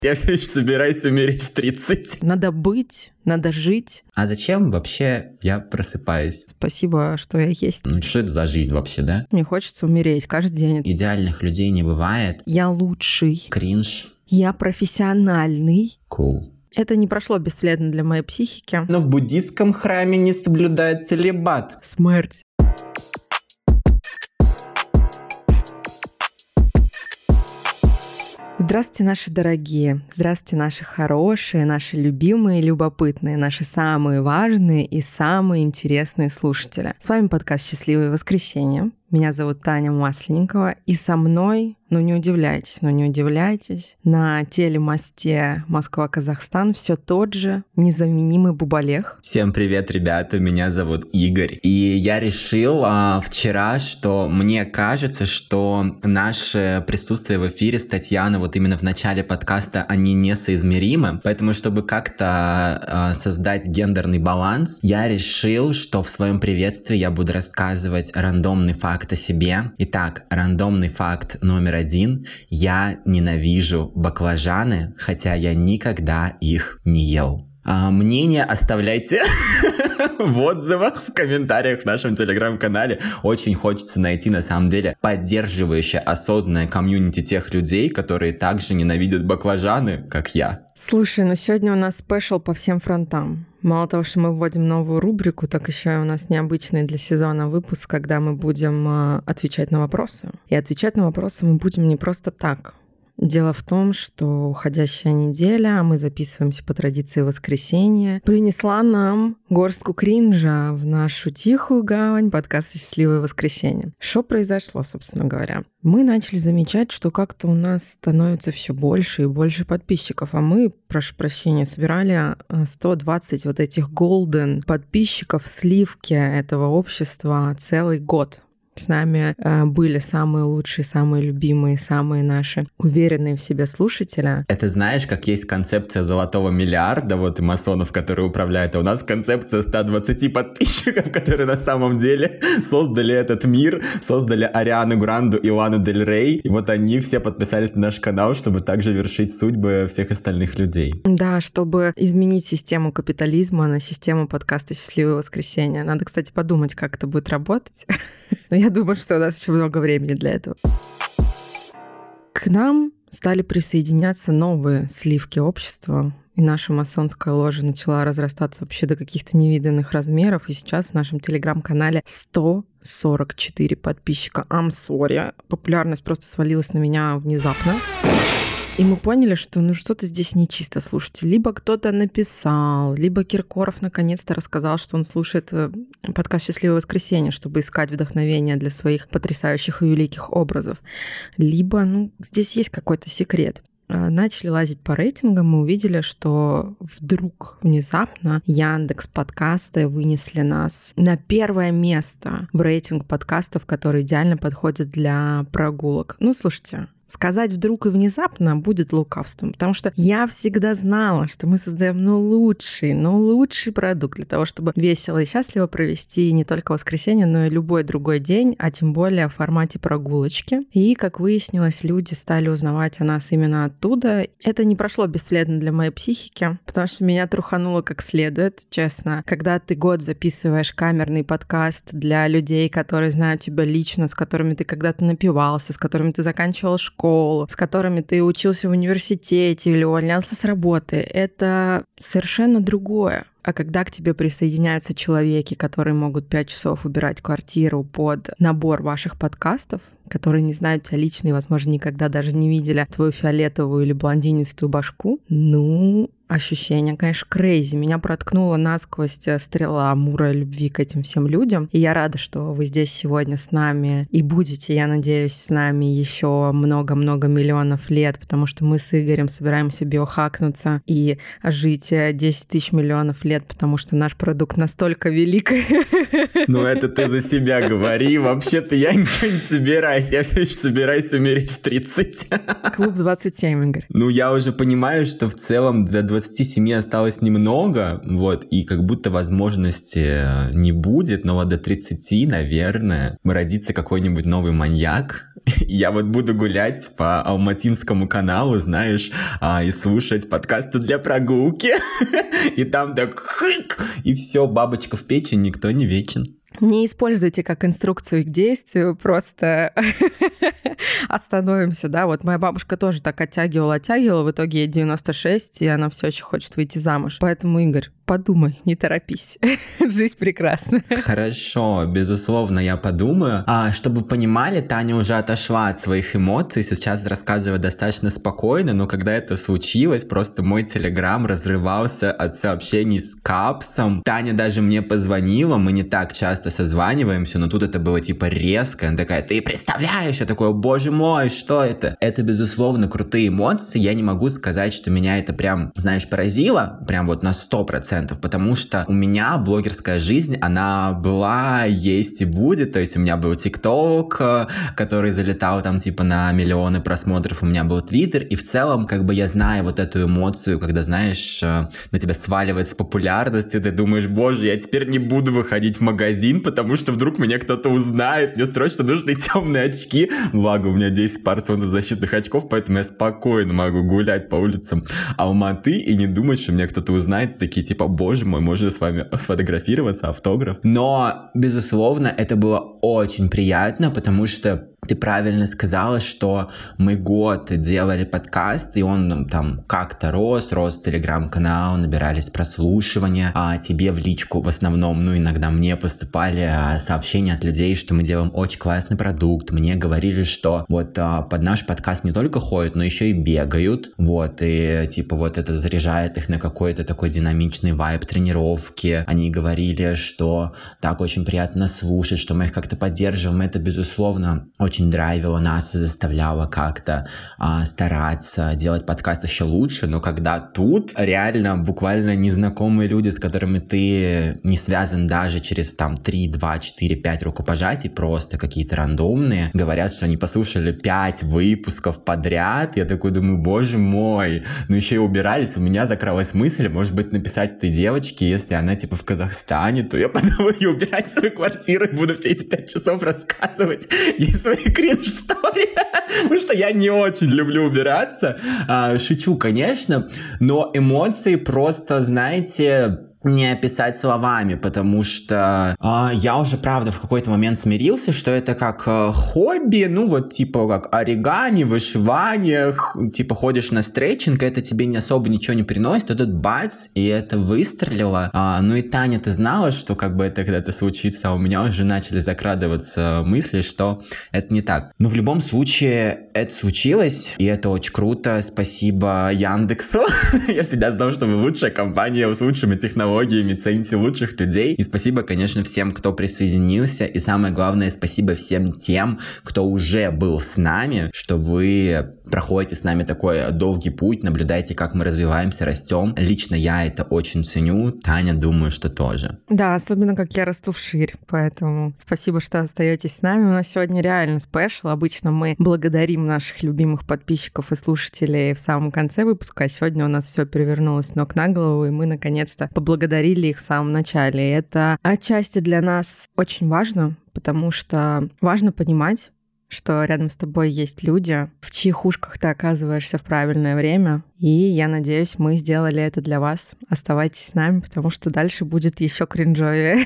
Я все еще собираюсь умереть в 30. Надо быть, надо жить. А зачем вообще я просыпаюсь? Спасибо, что я есть. Ну что это за жизнь вообще, да? Мне хочется умереть каждый день. Идеальных людей не бывает. Я лучший. Кринж. Я профессиональный. Кул. Это не прошло бесследно для моей психики. Но в буддийском храме не соблюдается целибат. Смерть. Здравствуйте, наши дорогие, здравствуйте, наши хорошие, наши любимые, любопытные, наши самые важные и самые интересные слушатели. С вами подкаст «Счастливое воскресенье». Меня зовут Таня Масленникова, и со мной, не удивляйтесь, на телемосте Москва-Казахстан все тот же незаменимый Бубалех. Всем привет, ребята, меня зовут Игорь. И я решил вчера, что мне кажется, что наше присутствие в эфире с Татьяной вот именно в начале подкаста, они несоизмеримы. Поэтому, чтобы как-то создать гендерный баланс, я решил, что в своем приветствии я буду рассказывать рандомный факт о себе. Итак, рандомный факт номер 1. Я ненавижу баклажаны, хотя я никогда их не ел. Мнение оставляйте в отзывах, в комментариях в нашем телеграм-канале. Очень хочется найти, на самом деле, поддерживающее, осознанное комьюнити тех людей, которые также ненавидят баклажаны, как я. Слушай, сегодня у нас спешл по всем фронтам. Мало того, что мы вводим новую рубрику, так еще и у нас необычный для сезона выпуск, когда мы будем отвечать на вопросы. И отвечать на вопросы мы будем не просто так. Дело в том, что уходящая неделя, мы записываемся по традиции воскресенья, принесла нам горстку кринжа в нашу тихую гавань подкаста «Счастливое воскресенье». Что произошло, собственно говоря? Мы начали замечать, что как-то у нас становится все больше и больше подписчиков, а мы, прошу прощения, собирали 120 вот этих golden подписчиков в сливке этого общества целый год. С нами были самые лучшие, самые любимые, самые наши уверенные в себе слушатели. Это знаешь, как есть концепция золотого миллиарда, вот и масонов, которые управляют, а у нас концепция 120 подписчиков, которые на самом деле создали этот мир, создали Ариану Гранду и Лану Дель Рей, и вот они все подписались на наш канал, чтобы также вершить судьбы всех остальных людей. Да, чтобы изменить систему капитализма на систему подкаста «Счастливое воскресенье». Надо, кстати, подумать, как это будет работать. Но я думаю, что у нас еще много времени для этого. К нам стали присоединяться новые сливки общества, и наша масонская ложа начала разрастаться вообще до каких-то невиданных размеров, и сейчас в нашем телеграм-канале 144 подписчика. I'm sorry. Популярность просто свалилась на меня внезапно. И мы поняли, что что-то здесь нечисто, слушайте. Либо кто-то написал, либо Киркоров наконец-то рассказал, что он слушает подкаст «Счастливое воскресенье», чтобы искать вдохновение для своих потрясающих и великих образов. Либо, здесь есть какой-то секрет. Начали лазить по рейтингам, мы увидели, что вдруг внезапно Яндекс.Подкасты вынесли нас на первое место в рейтинг подкастов, которые идеально подходят для прогулок. Слушайте, сказать вдруг и внезапно будет лукавством, потому что я всегда знала, что мы создаем лучший продукт для того, чтобы весело и счастливо провести не только воскресенье, но и любой другой день, а тем более в формате прогулочки. И, как выяснилось, люди стали узнавать о нас именно оттуда. Это не прошло бесследно для моей психики, потому что меня трухануло как следует, честно. Когда ты год записываешь камерный подкаст для людей, которые знают тебя лично, с которыми ты когда-то напивался, с которыми ты заканчивал школу, с которыми ты учился в университете или увольнялся с работы, это совершенно другое. А когда к тебе присоединяются человеки, которые могут 5 часов убирать квартиру под набор ваших подкастов, которые не знают тебя лично и, возможно, никогда даже не видели твою фиолетовую или блондинистую башку, ощущение, конечно, крейзи. Меня проткнула насквозь стрела амура любви к этим всем людям. И я рада, что вы здесь сегодня с нами и будете, я надеюсь, с нами еще много-много миллионов лет, потому что мы с Игорем собираемся биохакнуться и жить 10 тысяч миллионов лет, потому что наш продукт настолько велик. Это ты за себя говори. Вообще-то я ничего не собираюсь. Я все еще собираюсь умереть в 30. Клуб 27, Игорь. Я уже понимаю, что в целом до 27 осталось немного, и как будто возможности не будет, но до 30, наверное, родится какой-нибудь новый маньяк, Я вот буду гулять по Алматинскому каналу, знаешь, и слушать подкасты для прогулки. И там так хык, и все, бабочка в печи, никто не вечен. Не используйте как инструкцию к действию, просто остановимся, да. Вот моя бабушка тоже так оттягивала, в итоге ей 96, и она все еще хочет выйти замуж. Поэтому, Игорь, подумай, не торопись. Жизнь прекрасна. Хорошо, безусловно, я подумаю. Чтобы вы понимали, Таня уже отошла от своих эмоций, сейчас рассказывает достаточно спокойно, но когда это случилось, просто мой телеграм разрывался от сообщений с капсом. Таня даже мне позвонила, мы не так часто созваниваемся, но тут это было типа резко. Она такая: ты представляешь? Я такой: боже мой, что это? Это, безусловно, крутые эмоции. Я не могу сказать, что меня это прям, знаешь, поразило, прям вот на 100%, потому что у меня блогерская жизнь, она была, есть и будет. То есть у меня был ТикТок, который залетал там типа на миллионы просмотров, у меня был Твиттер, и в целом как бы я знаю вот эту эмоцию, когда, знаешь, на тебя сваливается популярность, и ты думаешь: боже, я теперь не буду выходить в магазин, потому что вдруг меня кто-то узнает, мне срочно нужны темные очки. Благо, у меня 10 пар солнцезащитных очков, поэтому я спокойно могу гулять по улицам Алматы и не думать, что меня кто-то узнает. Такие типа: боже мой, можно с вами сфотографироваться, автограф. Но, безусловно, это было очень приятно, потому что ты правильно сказала, что мы год делали подкаст, и он там как-то рос телеграм-канал, набирались прослушивания, а тебе в личку в основном, иногда мне поступали сообщения от людей, что мы делаем очень классный продукт. Мне говорили, что вот под наш подкаст не только ходят, но еще и бегают, вот, и типа вот это заряжает их на какой-то такой динамичный вайб тренировки. Они говорили, что так очень приятно слушать, что мы их как-то поддерживаем. Это, безусловно, очень драйвило нас и заставляло как-то стараться делать подкаст еще лучше. Но когда тут реально буквально незнакомые люди, с которыми ты не связан даже через там 3, 2, 4, 5 рукопожатий, просто какие-то рандомные, говорят, что они послушали 5 выпусков подряд. Я такой думаю: боже мой. Ну еще и убирались. У меня закралась мысль, может быть, написать этой девочке, если она типа в Казахстане, то я потом и убирать свою квартиру и буду все эти 5 часов рассказывать ей свои кринж-стори, потому что я не очень люблю убираться. Шучу, конечно, но эмоции просто, знаете, не описать словами, потому что я уже, правда, в какой-то момент смирился, что это как хобби, вот типа как оригами, вышивание, типа ходишь на стретчинг, это тебе не особо ничего не приносит, а тут бац, и это выстрелило. И Таня, ты знала, что как бы это когда-то случится, а у меня уже начали закрадываться мысли, что это не так. Но в любом случае это случилось, и это очень круто. Спасибо Яндексу. Я всегда знал, что вы лучшая компания с лучшими технологиями, цените лучших людей. И спасибо, конечно, всем, кто присоединился. И самое главное, спасибо всем тем, кто уже был с нами, что вы проходите с нами такой долгий путь, наблюдаете, как мы развиваемся, растем. Лично я это очень ценю. Таня, думаю, что тоже. Да, особенно как я расту вширь. Поэтому спасибо, что остаетесь с нами. У нас сегодня реально спешл. Обычно мы благодарим наших любимых подписчиков и слушателей в самом конце выпуска, а сегодня у нас все перевернулось с ног на голову, и мы наконец-то поблагодарили их в самом начале. И это отчасти для нас очень важно, потому что важно понимать, что рядом с тобой есть люди, в чьих ушках ты оказываешься в правильное время. И я надеюсь, мы сделали это для вас. Оставайтесь с нами, потому что дальше будет еще кринжовее.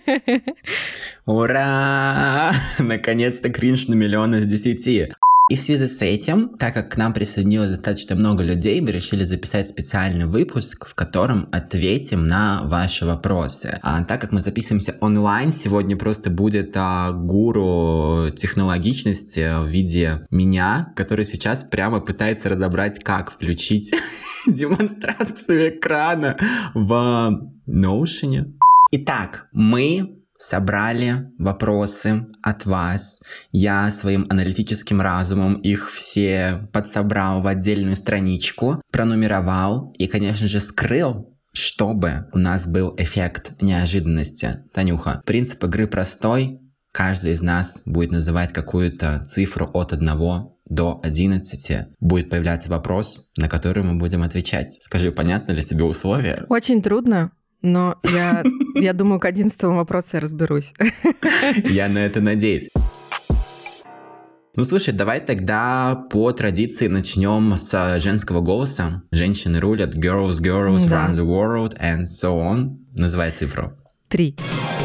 Ура! Наконец-то кринж на 1 из 10. И в связи с этим, так как к нам присоединилось достаточно много людей, мы решили записать специальный выпуск, в котором ответим на ваши вопросы. Так как мы записываемся онлайн, сегодня просто будет гуру технологичности в виде меня, который сейчас прямо пытается разобрать, как включить демонстрацию экрана в Notion. Итак, мы собрали вопросы от вас. Я своим аналитическим разумом их все подсобрал в отдельную страничку, пронумеровал и, конечно же, скрыл, чтобы у нас был эффект неожиданности. Танюха, принцип игры простой. Каждый из нас будет называть какую-то цифру от 1 до 11. Будет появляться вопрос, на который мы будем отвечать. Скажи, понятно ли тебе условия? Очень трудно. Но я думаю, к 11 вопросу я разберусь. Я на это надеюсь. Ну, слушай, давай тогда по традиции начнем с женского голоса. Женщины рулят, girls run the world, and so on. Называй цифру. 3.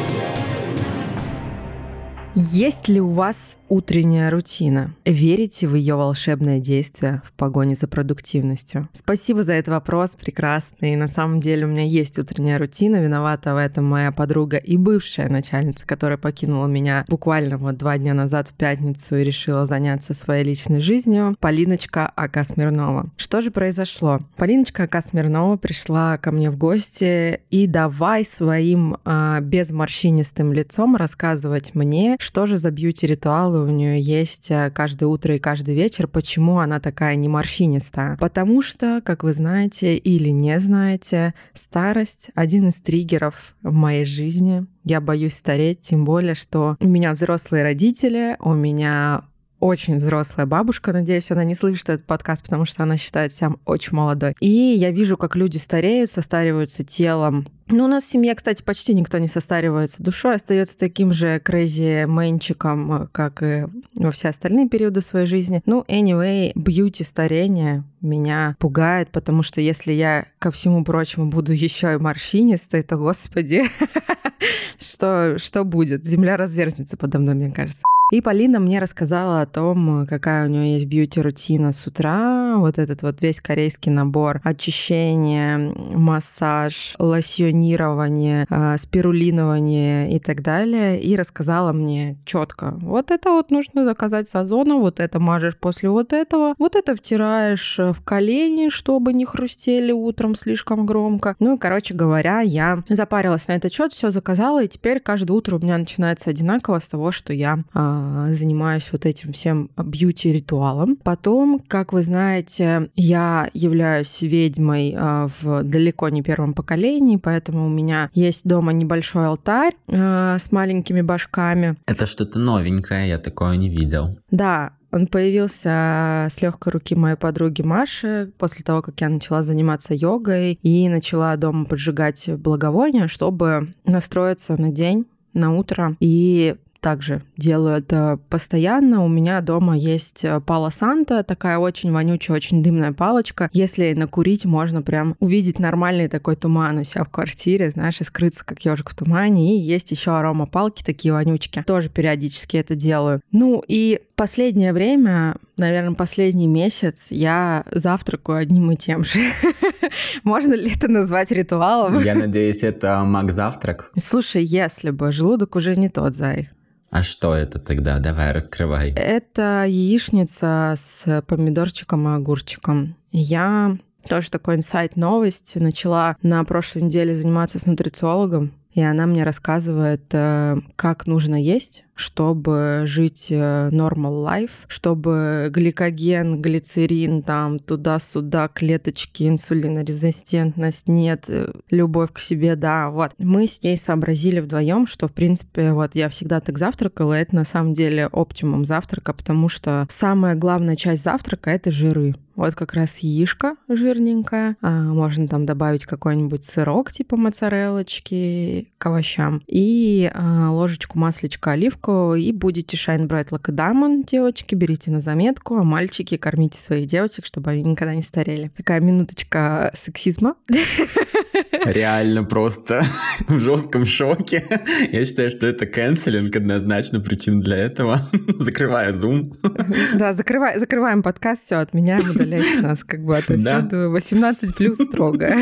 Есть ли у вас утренняя рутина? Верите в ее волшебное действие в погоне за продуктивностью? Спасибо за этот вопрос, прекрасный. На самом деле у меня есть утренняя рутина. Виновата в этом моя подруга и бывшая начальница, которая покинула меня буквально 2 дня назад в пятницу и решила заняться своей личной жизнью. Полиночка А.К. Смирнова. Что же произошло? Полиночка А.К. Смирнова пришла ко мне в гости и давай своим безморщинистым лицом рассказывать мне, что же за бьюти-ритуалы у нее есть каждое утро и каждый вечер, почему она такая не морщинистая. Потому что, как вы знаете или не знаете, старость — один из триггеров в моей жизни. Я боюсь стареть, тем более, что у меня взрослые родители, у меня очень взрослая бабушка, надеюсь, она не слышит этот подкаст, потому что она считает себя очень молодой. И я вижу, как люди стареют, состариваются телом. Ну, у нас в семье, кстати, почти никто не состаривается душой, остается таким же crazy-мэнчиком, как и во все остальные периоды своей жизни. Ну, anyway, бьюти-старение меня пугает, потому что если я, ко всему прочему, буду еще и морщинистой, то, господи, что будет? Земля разверзнется подо мной, мне кажется. И Полина мне рассказала о том, какая у нее есть бьюти-рутина с утра, вот этот вот весь корейский набор: очищение, массаж, лосьонирование, спирулинование и так далее. И рассказала мне четко: вот это вот нужно заказать с Озона, вот это мажешь после вот этого, вот это втираешь в колени, чтобы не хрустели утром слишком громко. Ну и, короче говоря, я запарилась на этот счет, все заказала, и теперь каждое утро у меня начинается одинаково с того, что я занимаюсь вот этим всем бьюти-ритуалом. Потом, как вы знаете, я являюсь ведьмой в далеко не первом поколении, поэтому у меня есть дома небольшой алтарь с маленькими башками. Это что-то новенькое, я такое не видел. Да, он появился с легкой руки моей подруги Маши после того, как я начала заниматься йогой и начала дома поджигать благовония, чтобы настроиться на день, на утро. И также делаю это постоянно. У меня дома есть Пало Санто, такая очень вонючая, очень дымная палочка. Если накурить, можно прям увидеть нормальный такой туман у себя в квартире, знаешь, и скрыться как ежик в тумане. И есть еще аромапалки такие вонючки. Тоже периодически это делаю. Ну и последнее время, наверное, последний месяц я завтракаю одним и тем же. Можно ли это назвать ритуалом? Я надеюсь, это маг-завтрак. Слушай, если бы. Желудок уже не тот, зай. А что это тогда? Давай, раскрывай. Это яичница с помидорчиком и огурчиком. Я тоже такой инсайт-новость. Начала на прошлой неделе заниматься с нутрициологом, и она мне рассказывает, как нужно есть, чтобы жить normal life, чтобы гликоген, глицерин, там, туда-сюда, клеточки, инсулинорезистентность, нет, любовь к себе, да, вот. Мы с ней сообразили вдвоем, что, в принципе, вот я всегда так завтракала, и это на самом деле оптимум завтрака, потому что самая главная часть завтрака — это жиры. Вот как раз яишко жирненькое, можно там добавить какой-нибудь сырок типа моцареллочки к овощам и ложечку маслечка оливкового, и будете shine bright like a diamond, девочки, берите на заметку, а мальчики, кормите своих девочек, чтобы они никогда не старели. Такая минуточка сексизма. Реально просто в жестком шоке. Я считаю, что это канцелинг, однозначно причина для этого. Закрываю Zoom. Да, закрываем подкаст, все, отменяем, удаляйте нас как бы отовсюду. 18+ строго.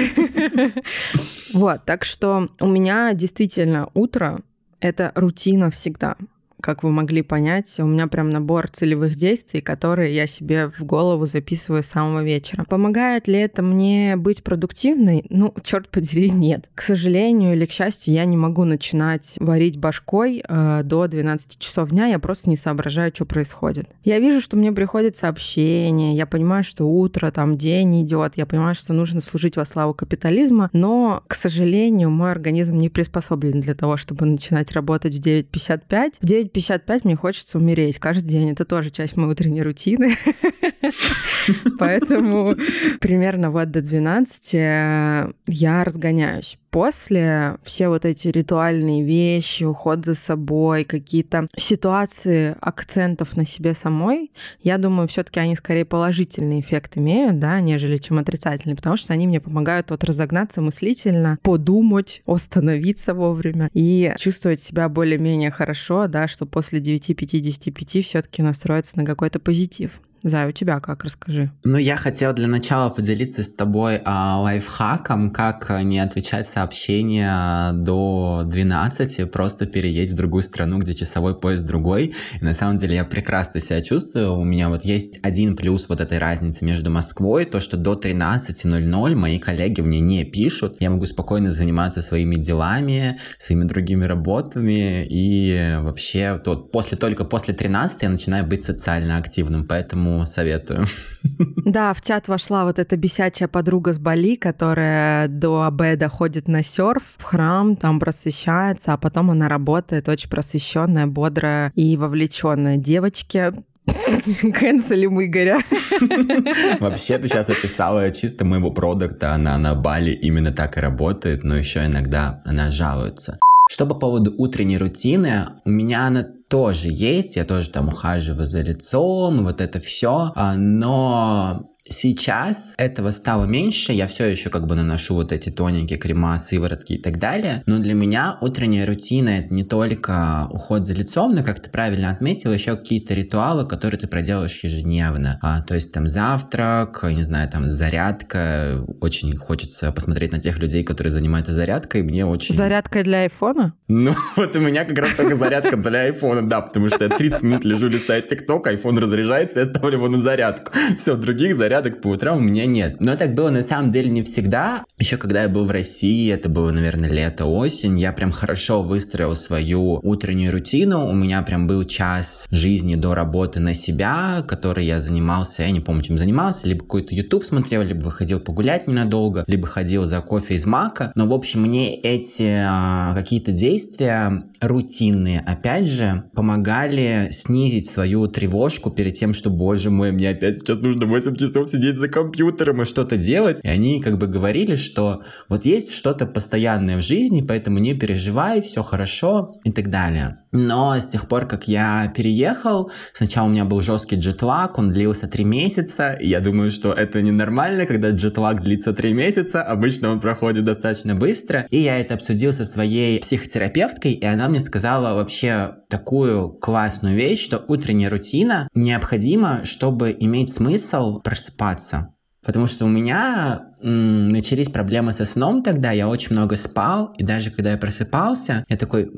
Вот, так что у меня действительно утро — это рутина всегда. Как вы могли понять, у меня прям набор целевых действий, которые я себе в голову записываю с самого вечера. Помогает ли это мне быть продуктивной? Ну, черт подери, нет. К сожалению или к счастью, я не могу начинать варить башкой до 12 часов дня, я просто не соображаю, что происходит. Я вижу, что мне приходят сообщения, я понимаю, что утро, там, день идет, я понимаю, что нужно служить во славу капитализма, но, к сожалению, мой организм не приспособлен для того, чтобы начинать работать в 9:55. В 9:55 мне хочется умереть каждый день. Это тоже часть моей утренней рутины. Поэтому примерно вот до 12 я разгоняюсь. После все вот эти ритуальные вещи, уход за собой, какие-то ситуации акцентов на себе самой, я думаю, все-таки они скорее положительный эффект имеют, да, нежели чем отрицательный, потому что они мне помогают вот разогнаться мыслительно, подумать, остановиться вовремя и чувствовать себя более-менее хорошо, да, что после 9:55 все-таки настроиться на какой-то позитив. Зай, у тебя как? Расскажи. Я хотел для начала поделиться с тобой лайфхаком, как не отвечать сообщения до 12, просто переедь в другую страну, где часовой пояс другой. И на самом деле я прекрасно себя чувствую. У меня вот есть один плюс вот этой разницы между Москвой, то, что до 13:00 мои коллеги мне не пишут. Я могу спокойно заниматься своими делами, своими другими работами. И вообще только после 13 я начинаю быть социально активным, поэтому советую. Да, в чат вошла вот эта бесячая подруга с Бали, которая до обеда ходит на серф, в храм, там просвещается, а потом она работает очень просвещенная, бодрая и вовлеченная. Девочки, кэнселим Игоря. Вообще, ты сейчас описала чисто моего продукта, она на Бали именно так и работает, но еще иногда она жалуется. Что по поводу утренней рутины, у меня она тоже есть, я тоже там ухаживаю за лицом, вот это все, но сейчас этого стало меньше, я все еще как бы наношу вот эти тоненькие крема, сыворотки и так далее, но для меня утренняя рутина — это не только уход за лицом, но, как ты правильно отметила, еще какие-то ритуалы, которые ты проделаешь ежедневно, то есть там завтрак, не знаю, там зарядка, очень хочется посмотреть на тех людей, которые занимаются зарядкой, мне очень... Зарядкой для айфона? Вот у меня как раз только зарядка для айфона, да, потому что я 30 минут лежу, листаю ТикТок, айфон разряжается, я ставлю его на зарядку. Все, других зарядок по утрам у меня нет. Но так было на самом деле не всегда. Еще когда я был в России, это было, наверное, лето-осень, я прям хорошо выстроил свою утреннюю рутину. У меня прям был час жизни до работы на себя, который я занимался, я не помню, чем занимался, либо какой-то YouTube смотрел, либо выходил погулять ненадолго, либо ходил за кофе из Мака. Но, в общем, мне эти какие-то действия рутинные, опять же, помогали снизить свою тревожку перед тем, что, боже мой, мне опять сейчас нужно 8 часов сидеть за компьютером и что-то делать. И они как бы говорили, что вот есть что-то постоянное в жизни, поэтому не переживай, все хорошо и так далее. Но с тех пор, как я переехал, сначала у меня был жесткий джетлаг, он длился 3 месяца, и я думаю, что это ненормально, когда джетлаг длится 3 месяца, обычно он проходит достаточно быстро, и я это обсудил со своей психотерапевткой, и она мне сказала вообще такую классную вещь, что утренняя рутина необходима, чтобы иметь смысл просыпаться. Потому что у меня начались проблемы со сном тогда, я очень много спал, и даже когда я просыпался, я такой,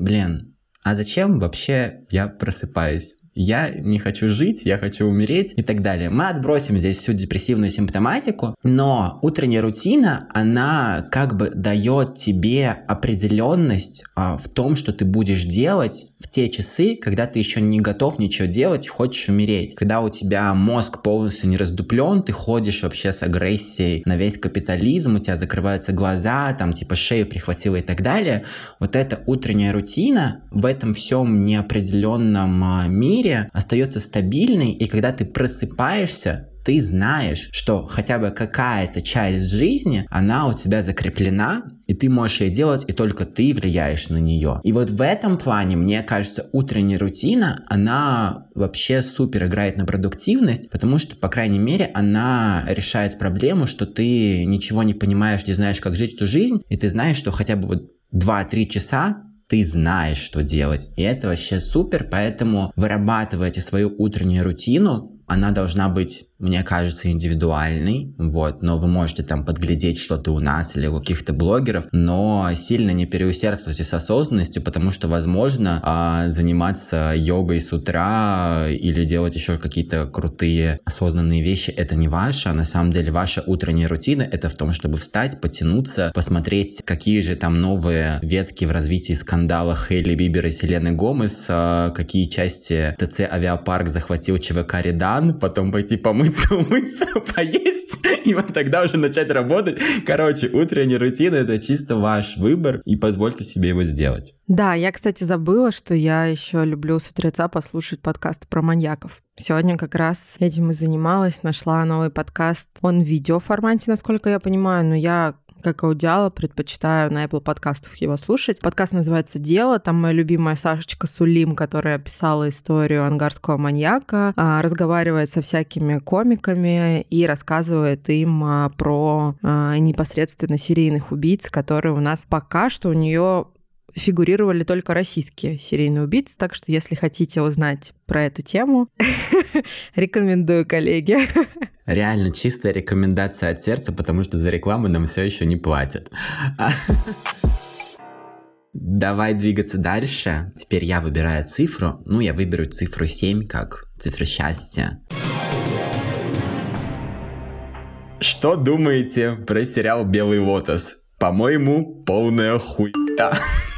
а зачем вообще я просыпаюсь? Я не хочу жить, я хочу умереть и так далее. Мы отбросим здесь всю депрессивную симптоматику, но утренняя рутина, она как бы дает тебе определенность в том, что ты будешь делать в те часы, когда ты еще не готов ничего делать и хочешь умереть. Когда у тебя мозг полностью не раздуплен, ты ходишь вообще с агрессией на весь капитализм, у тебя закрываются глаза, там типа шею прихватило и так далее. Вот эта утренняя рутина в этом всем неопределенном мире остается стабильной, и когда ты просыпаешься, ты знаешь, что хотя бы какая-то часть жизни, она у тебя закреплена, и ты можешь ее делать, и только ты влияешь на нее. И вот в этом плане, мне кажется, утренняя рутина, она вообще супер играет на продуктивность, потому что, по крайней мере, она решает проблему, что ты ничего не понимаешь, не знаешь, как жить эту жизнь, и ты знаешь, что хотя бы вот 2-3 часа ты знаешь, что делать. И это вообще супер, поэтому вырабатывайте свою утреннюю рутину. Она должна быть, мне кажется, индивидуальной, вот, но вы можете там подглядеть что-то у нас или у каких-то блогеров, но сильно не переусердствуйте с осознанностью, потому что, возможно, заниматься йогой с утра или делать еще какие-то крутые осознанные вещи, это не ваше, а на самом деле ваша утренняя рутина — это в том, чтобы встать, потянуться, посмотреть, какие же там новые ветки в развитии скандала Хейли Бибер и Селены Гомес, какие части ТЦ Авиапарк захватил ЧВК Редан, потом пойти помыться помыться, умыться, поесть, и вот тогда уже начать работать. Короче, утренняя рутина — это чисто ваш выбор, и позвольте себе его сделать. Да, я, кстати, забыла, что я еще люблю с утреца послушать подкасты про маньяков. Сегодня как раз этим и занималась, нашла новый подкаст. Он в видеоформате, насколько я понимаю, но я, как аудиала, предпочитаю на Apple подкастах его слушать. Подкаст называется «Дело». Там моя любимая Сашечка Сулим, которая описала историю ангарского маньяка, разговаривает со всякими комиками и рассказывает им про непосредственно серийных убийц, которые у нас пока что у нее фигурировали только российские серийные убийцы, так что если хотите узнать про эту тему, рекомендую, коллеги. Реально чистая рекомендация от сердца, потому что за рекламу нам все еще не платят. Давай двигаться дальше. Теперь я выбираю цифру. Я выберу цифру 7, как цифру счастья. Что думаете про сериал «Белый лотос»? По-моему, полная хуйня.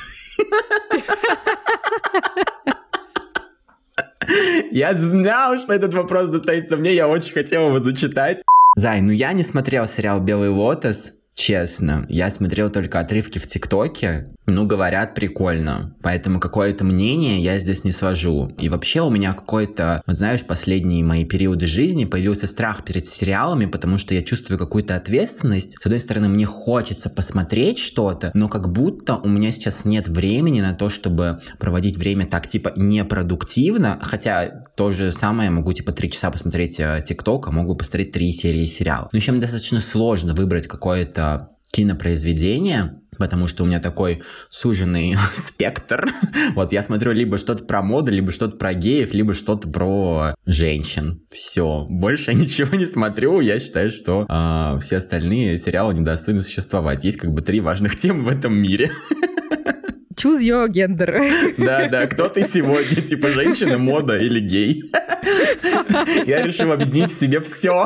Я знал, что этот вопрос достанется мне, я очень хотел его зачитать. Зай, я не смотрел сериал «Белый лотос», честно. Я смотрел только отрывки в ТикТоке. Говорят, прикольно. Поэтому какое-то мнение я здесь не свожу. И вообще у меня какой-то, последние мои периоды жизни появился страх перед сериалами, потому что я чувствую какую-то ответственность. С одной стороны, мне хочется посмотреть что-то, но как будто у меня сейчас нет времени на то, чтобы проводить время так, непродуктивно. Хотя то же самое, могу 3 часа посмотреть ТикТок, а могу посмотреть 3 серии сериала. Но еще мне достаточно сложно выбрать какое-то кинопроизведение, потому что у меня такой суженный спектр. Я смотрю либо что-то про моду, либо что-то про геев, либо что-то про женщин. Все, больше ничего не смотрю. Я считаю, что все остальные сериалы недостойны существовать. Есть 3 важных темы в этом мире. Choose your gender. Да, кто ты сегодня? Женщина, мода или гей? Я решил объединить в себе все.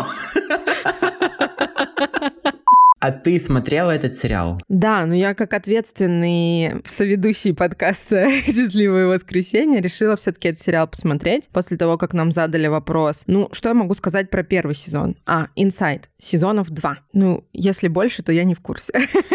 А ты смотрела этот сериал? Да, я как ответственный соведущий подкаста «Счастливое воскресенье» решила все-таки этот сериал посмотреть после того, как нам задали вопрос. Что я могу сказать про первый сезон? Inside. Сезонов 2. Если больше, то я не в курсе.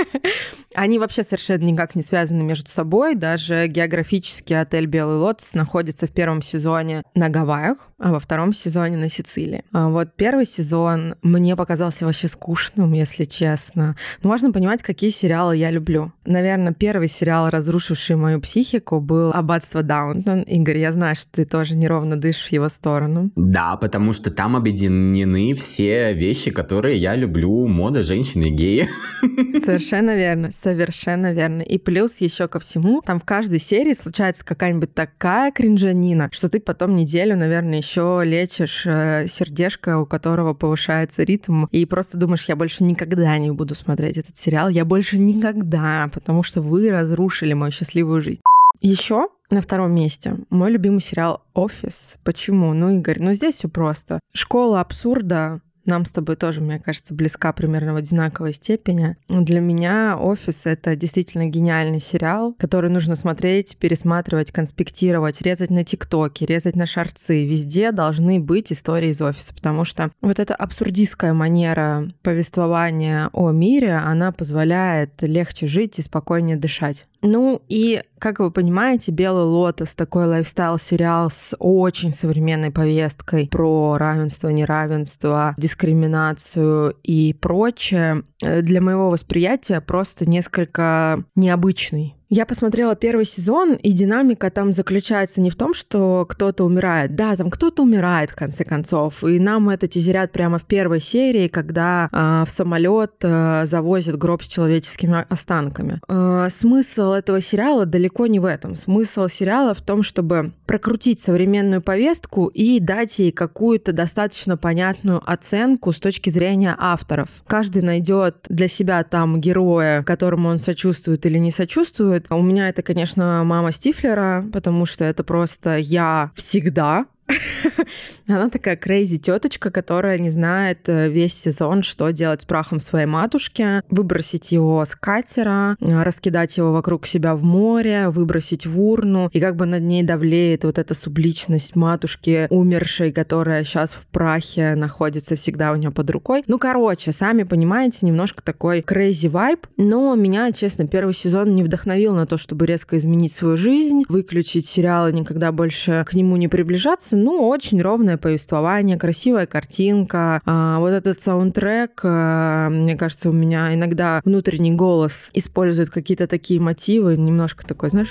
Они вообще совершенно никак не связаны между собой. Даже географически отель «Белый лотос» находится в первом сезоне на Гавайях, а во втором сезоне на Сицилии. Первый сезон мне показался вообще скучным, если честно. Важно понимать, какие сериалы я люблю. Наверное, первый сериал, разрушивший мою психику, был «Аббатство Даунтон». Игорь, я знаю, что ты тоже неровно дышишь в его сторону. Да, потому что там объединены все вещи, которые я люблю. Мода, женщины, геи. Совершенно верно, совершенно верно. И плюс еще ко всему, там в каждой серии случается какая-нибудь такая кринжанина, что ты потом неделю, наверное, еще лечишь сердечко, у которого повышается ритм, и просто думаешь, я больше никогда не буду смотреть этот сериал, я больше никогда, потому что вы разрушили мою счастливую жизнь. Еще на втором месте мой любимый сериал «Офис». Почему? Игорь, здесь все просто. Школа абсурда нам с тобой тоже, мне кажется, близка примерно в одинаковой степени. Для меня «Офис» — это действительно гениальный сериал, который нужно смотреть, пересматривать, конспектировать, резать на ТикТоке, резать на шортсы. Везде должны быть истории из офиса, потому что эта абсурдистская манера повествования о мире, она позволяет легче жить и спокойнее дышать. И, как вы понимаете, «Белый лотос» — такой лайфстайл-сериал с очень современной повесткой про равенство, неравенство, дискриминацию и прочее. Для моего восприятия просто несколько необычный. Я посмотрела первый сезон, и динамика там заключается не в том, что кто-то умирает. Да, там кто-то умирает, в конце концов. И нам это тизерят прямо в первой серии, когда в самолет завозят гроб с человеческими останками. Смысл этого сериала далеко не в этом. Смысл сериала в том, чтобы прокрутить современную повестку и дать ей какую-то достаточно понятную оценку с точки зрения авторов. Каждый найдет для себя там героя, которому он сочувствует или не сочувствует. У меня это, конечно, мама Стифлера, потому что это просто я всегда. Она такая crazy теточка, которая не знает весь сезон, что делать с прахом своей матушки, выбросить его с катера, раскидать его вокруг себя в море, выбросить в урну, и как бы над ней давлеет вот эта субличность матушки умершей, которая сейчас в прахе находится всегда у нее под рукой. Ну, короче, сами понимаете, немножко такой crazy vibe, но меня, честно, первый сезон не вдохновил на то, чтобы резко изменить свою жизнь, выключить сериал и никогда больше к нему не приближаться. Ну, очень ровное повествование, красивая картинка, вот этот саундтрек, мне кажется, у меня иногда внутренний голос использует какие-то такие мотивы, немножко такой, знаешь,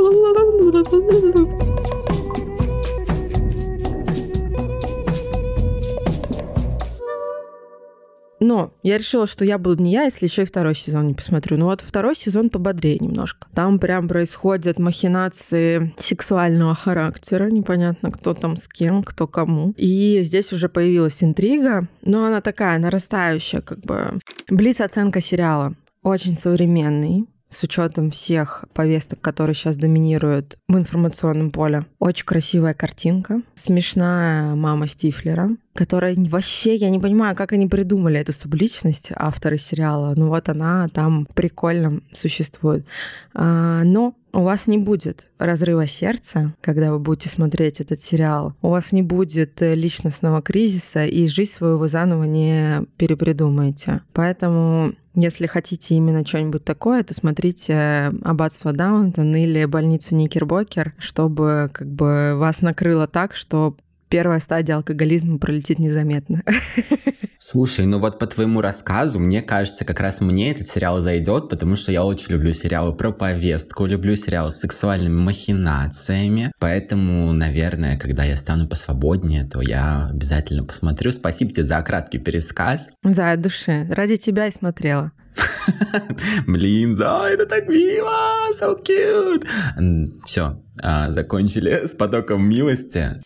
но я решила, что я буду не я, если еще и второй сезон не посмотрю. Но вот второй сезон пободрее немножко. Там прям происходят махинации сексуального характера. Непонятно, кто там с кем, кто кому. И здесь уже появилась интрига. Но она такая нарастающая, как бы. Блиц-оценка сериала. Очень современный, с учетом всех повесток, которые сейчас доминируют в информационном поле. Очень красивая картинка. Смешная мама Стифлера, которая вообще, я не понимаю, как они придумали эту субличность, авторы сериала. Ну вот она там прикольно существует. Но у вас не будет разрыва сердца, когда вы будете смотреть этот сериал. У вас не будет личностного кризиса, и жизнь свою вы заново не перепридумаете. Поэтому, если хотите именно что-нибудь такое, то смотрите «Аббатство Даунтон» или «Больницу Никербокер», чтобы как бы вас накрыло так, что первая стадия алкоголизма пролетит незаметно. Слушай, ну вот по твоему рассказу, мне кажется, как раз мне этот сериал зайдет, потому что я очень люблю сериалы про повестку, люблю сериалы с сексуальными махинациями, поэтому, наверное, когда я стану посвободнее, то я обязательно посмотрю. Спасибо тебе за краткий пересказ. За от души. Ради тебя и смотрела. Блин, это так мило, so cute. Все, закончили с потоком милости.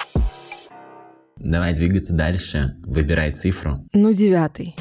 Давай двигаться дальше. Выбирай цифру. 9.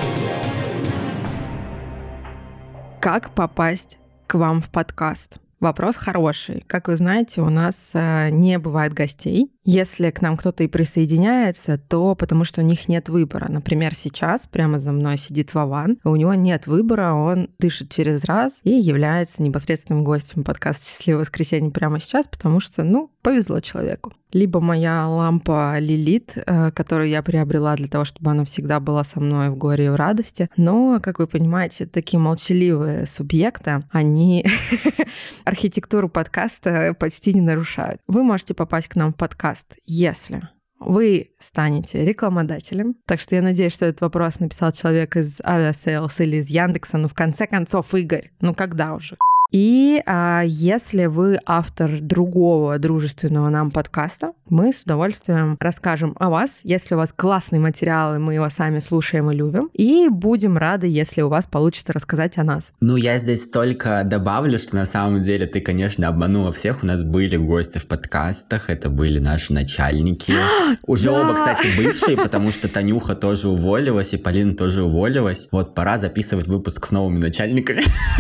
Как попасть к вам в подкаст? Вопрос хороший. Как вы знаете, у нас не бывает гостей. Если к нам кто-то и присоединяется, то потому что у них нет выбора. Например, сейчас прямо за мной сидит Вован, и у него нет выбора, он дышит через раз и является непосредственным гостем подкаста «Счастливое воскресенье» прямо сейчас, потому что, повезло человеку. Либо моя лампа Лилит, которую я приобрела для того, чтобы она всегда была со мной в горе и в радости. Но, как вы понимаете, такие молчаливые субъекты, они архитектуру подкаста почти не нарушают. Вы можете попасть к нам в подкаст, если вы станете рекламодателем. Так что я надеюсь, что этот вопрос написал человек из Aviasales или из Яндекса. В конце концов, Игорь, когда уже? И если вы автор другого дружественного нам подкаста, мы с удовольствием расскажем о вас, если у вас классный материал, и мы его сами слушаем и любим. И будем рады, если у вас получится рассказать о нас. Я здесь только добавлю, что на самом деле ты, конечно, обманула всех. У нас были гости в подкастах, это были наши начальники. Уже оба, кстати, бывшие, потому что Танюха тоже уволилась, и Полина тоже уволилась. Пора записывать выпуск с новыми начальниками.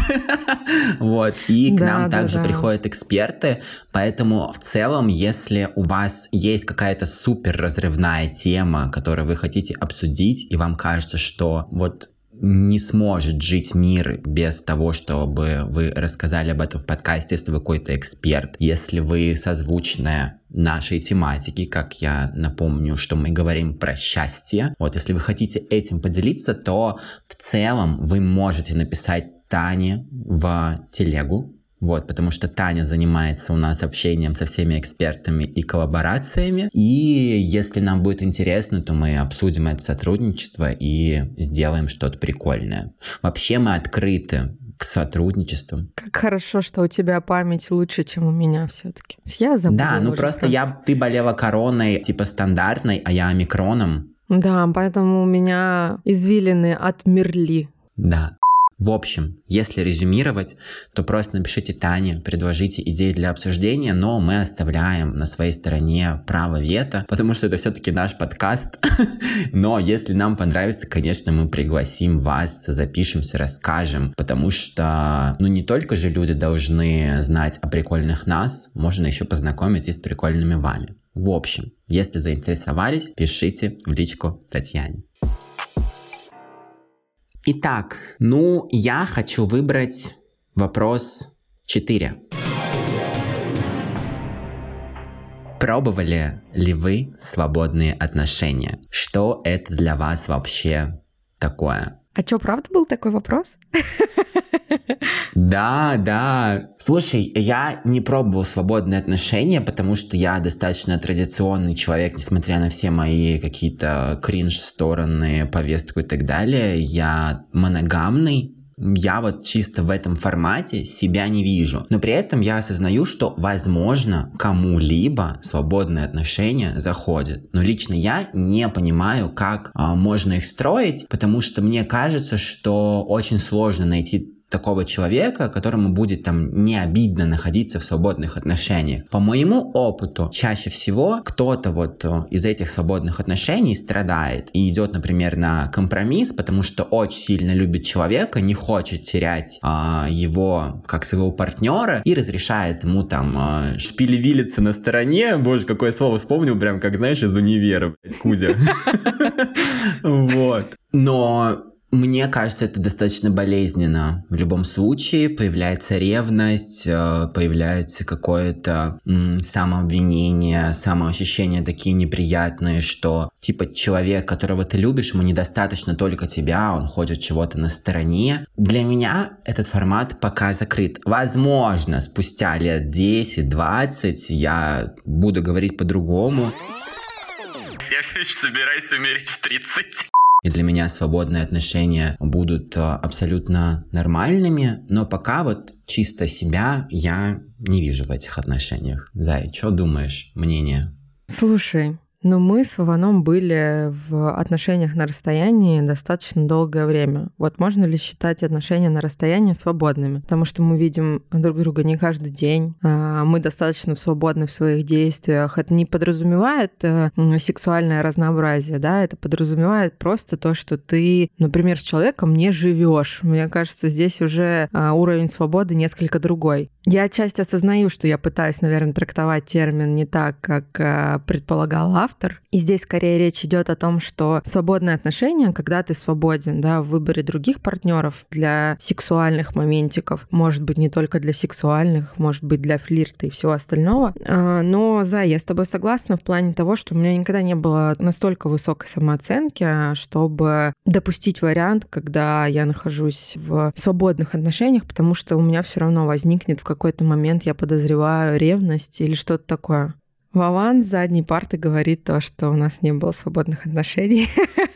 И к нам также приходят эксперты, поэтому в целом, если у вас есть какая-то супер разрывная тема, которую вы хотите обсудить, и вам кажется, что не сможет жить мир без того, чтобы вы рассказали об этом в подкасте, если вы какой-то эксперт, если вы созвучная нашей тематике, как я напомню, что мы говорим про счастье. Если вы хотите этим поделиться, то в целом вы можете написать Тане в телегу, потому что Таня занимается у нас общением со всеми экспертами и коллаборациями. И если нам будет интересно, то мы обсудим это сотрудничество и сделаем что-то прикольное. Вообще мы открыты к сотрудничеству. Как хорошо, что у тебя память лучше, чем у меня все-таки. Я забыла. Да, просто ты болела короной типа стандартной, а я омикроном. Да, поэтому у меня извилины отмерли. Да. В общем, если резюмировать, то просто напишите Тане, предложите идеи для обсуждения, но мы оставляем на своей стороне право вето, потому что это все-таки наш подкаст. Но если нам понравится, конечно, мы пригласим вас, запишемся, расскажем, потому что, не только же люди должны знать о прикольных нас, можно еще познакомить и с прикольными вами. В общем, если заинтересовались, пишите в личку Татьяне. Итак, я хочу выбрать вопрос 4. Пробовали ли вы свободные отношения? Что это для вас вообще такое? А что, правда был такой вопрос? Да. Слушай, я не пробовал свободные отношения, потому что я достаточно традиционный человек, несмотря на все мои какие-то кринж-стороны, повестку и так далее. Я моногамный. Я вот чисто в этом формате себя не вижу. Но при этом я осознаю, что, возможно, кому-либо свободные отношения заходят. Но лично я не понимаю, как можно их строить, потому что мне кажется, что очень сложно найти такого человека, которому будет там не обидно находиться в свободных отношениях. По моему опыту, чаще всего кто-то вот из этих свободных отношений страдает и идет, например, на компромисс, потому что очень сильно любит человека, не хочет терять его как своего партнера и разрешает ему там шпилевилиться на стороне. Боже, какое слово вспомнил, прям как, знаешь, из универа, Кузя. Вот. Но мне кажется, это достаточно болезненно. В любом случае появляется ревность, появляется какое-то самообвинение, самоощущения такие неприятные, что типа человек, которого ты любишь, ему недостаточно только тебя, он хочет чего-то на стороне. Для меня этот формат пока закрыт. Возможно, спустя лет 10-20 я буду говорить по-другому. Я собираюсь умереть в 30. И для меня свободные отношения будут абсолютно нормальными, но пока вот чисто себя я не вижу в этих отношениях. Зай, что думаешь? Мнение? Слушай, мы с Вованом были в отношениях на расстоянии достаточно долгое время. Вот можно ли считать отношения на расстоянии свободными? Потому что мы видим друг друга не каждый день, мы достаточно свободны в своих действиях. Это не подразумевает сексуальное разнообразие, да, это подразумевает просто то, что ты, например, с человеком не живешь. Мне кажется, здесь уже уровень свободы несколько другой. Я отчасти осознаю, что я пытаюсь, наверное, трактовать термин не так, как предполагал автор. И здесь скорее речь идет о том, что свободные отношения, когда ты свободен, да, в выборе других партнеров для сексуальных моментиков, может быть, не только для сексуальных, может быть, для флирта и всего остального. Но, Зай, я с тобой согласна в плане того, что у меня никогда не было настолько высокой самооценки, чтобы допустить вариант, когда я нахожусь в свободных отношениях, потому что у меня все равно возникнет в какой-то момент, я подозреваю, ревность или что-то такое. Вован с задней парты говорит то, что у нас не было свободных отношений.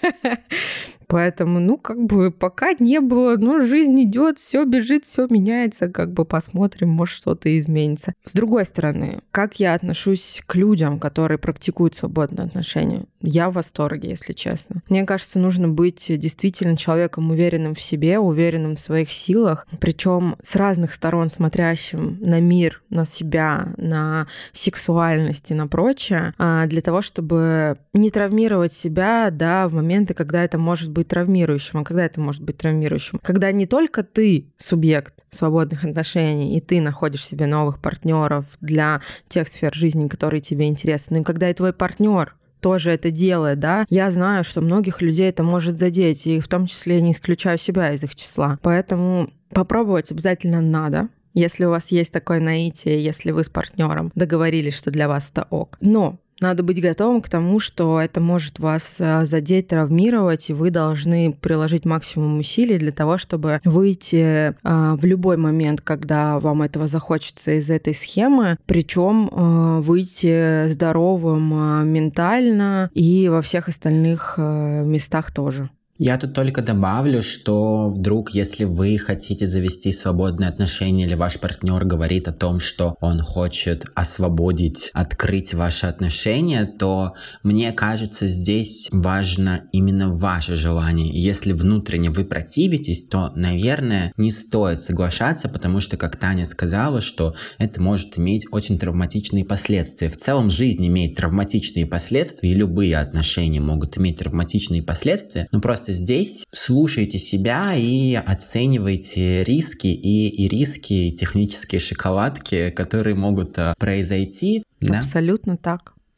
Поэтому, пока не было, жизнь идет, все бежит, все меняется, посмотрим, может, что-то изменится. С другой стороны, как я отношусь к людям, которые практикуют свободные отношения? Я в восторге, если честно. Мне кажется, нужно быть действительно человеком, уверенным в себе, уверенным в своих силах, причем с разных сторон смотрящим на мир, на себя, на сексуальность и на прочее, для того, чтобы не травмировать себя, да, в моменты, когда это может быть травмирующим. А когда это может быть травмирующим? Когда не только ты субъект свободных отношений, и ты находишь себе новых партнеров для тех сфер жизни, которые тебе интересны, но и когда и твой партнер тоже это делает, да. Я знаю, что многих людей это может задеть, и в том числе не исключаю себя из их числа. Поэтому попробовать обязательно надо. Если у вас есть такое наитие, если вы с партнером договорились, что для вас это ок. Но надо быть готовым к тому, что это может вас задеть, травмировать, и вы должны приложить максимум усилий для того, чтобы выйти в любой момент, когда вам этого захочется из этой схемы, причем выйти здоровым ментально и во всех остальных местах тоже. Я тут только добавлю, что вдруг, если вы хотите завести свободные отношения, или ваш партнер говорит о том, что он хочет освободить, открыть ваши отношения, то мне кажется, здесь важно именно ваше желание. И если внутренне вы противитесь, то, наверное, не стоит соглашаться, потому что, как Таня сказала, что это может иметь очень травматичные последствия. В целом жизнь имеет травматичные последствия, и любые отношения могут иметь травматичные последствия, но просто здесь слушайте себя и оценивайте риски и риски, и технические шоколадки, которые могут произойти. Да? Абсолютно так.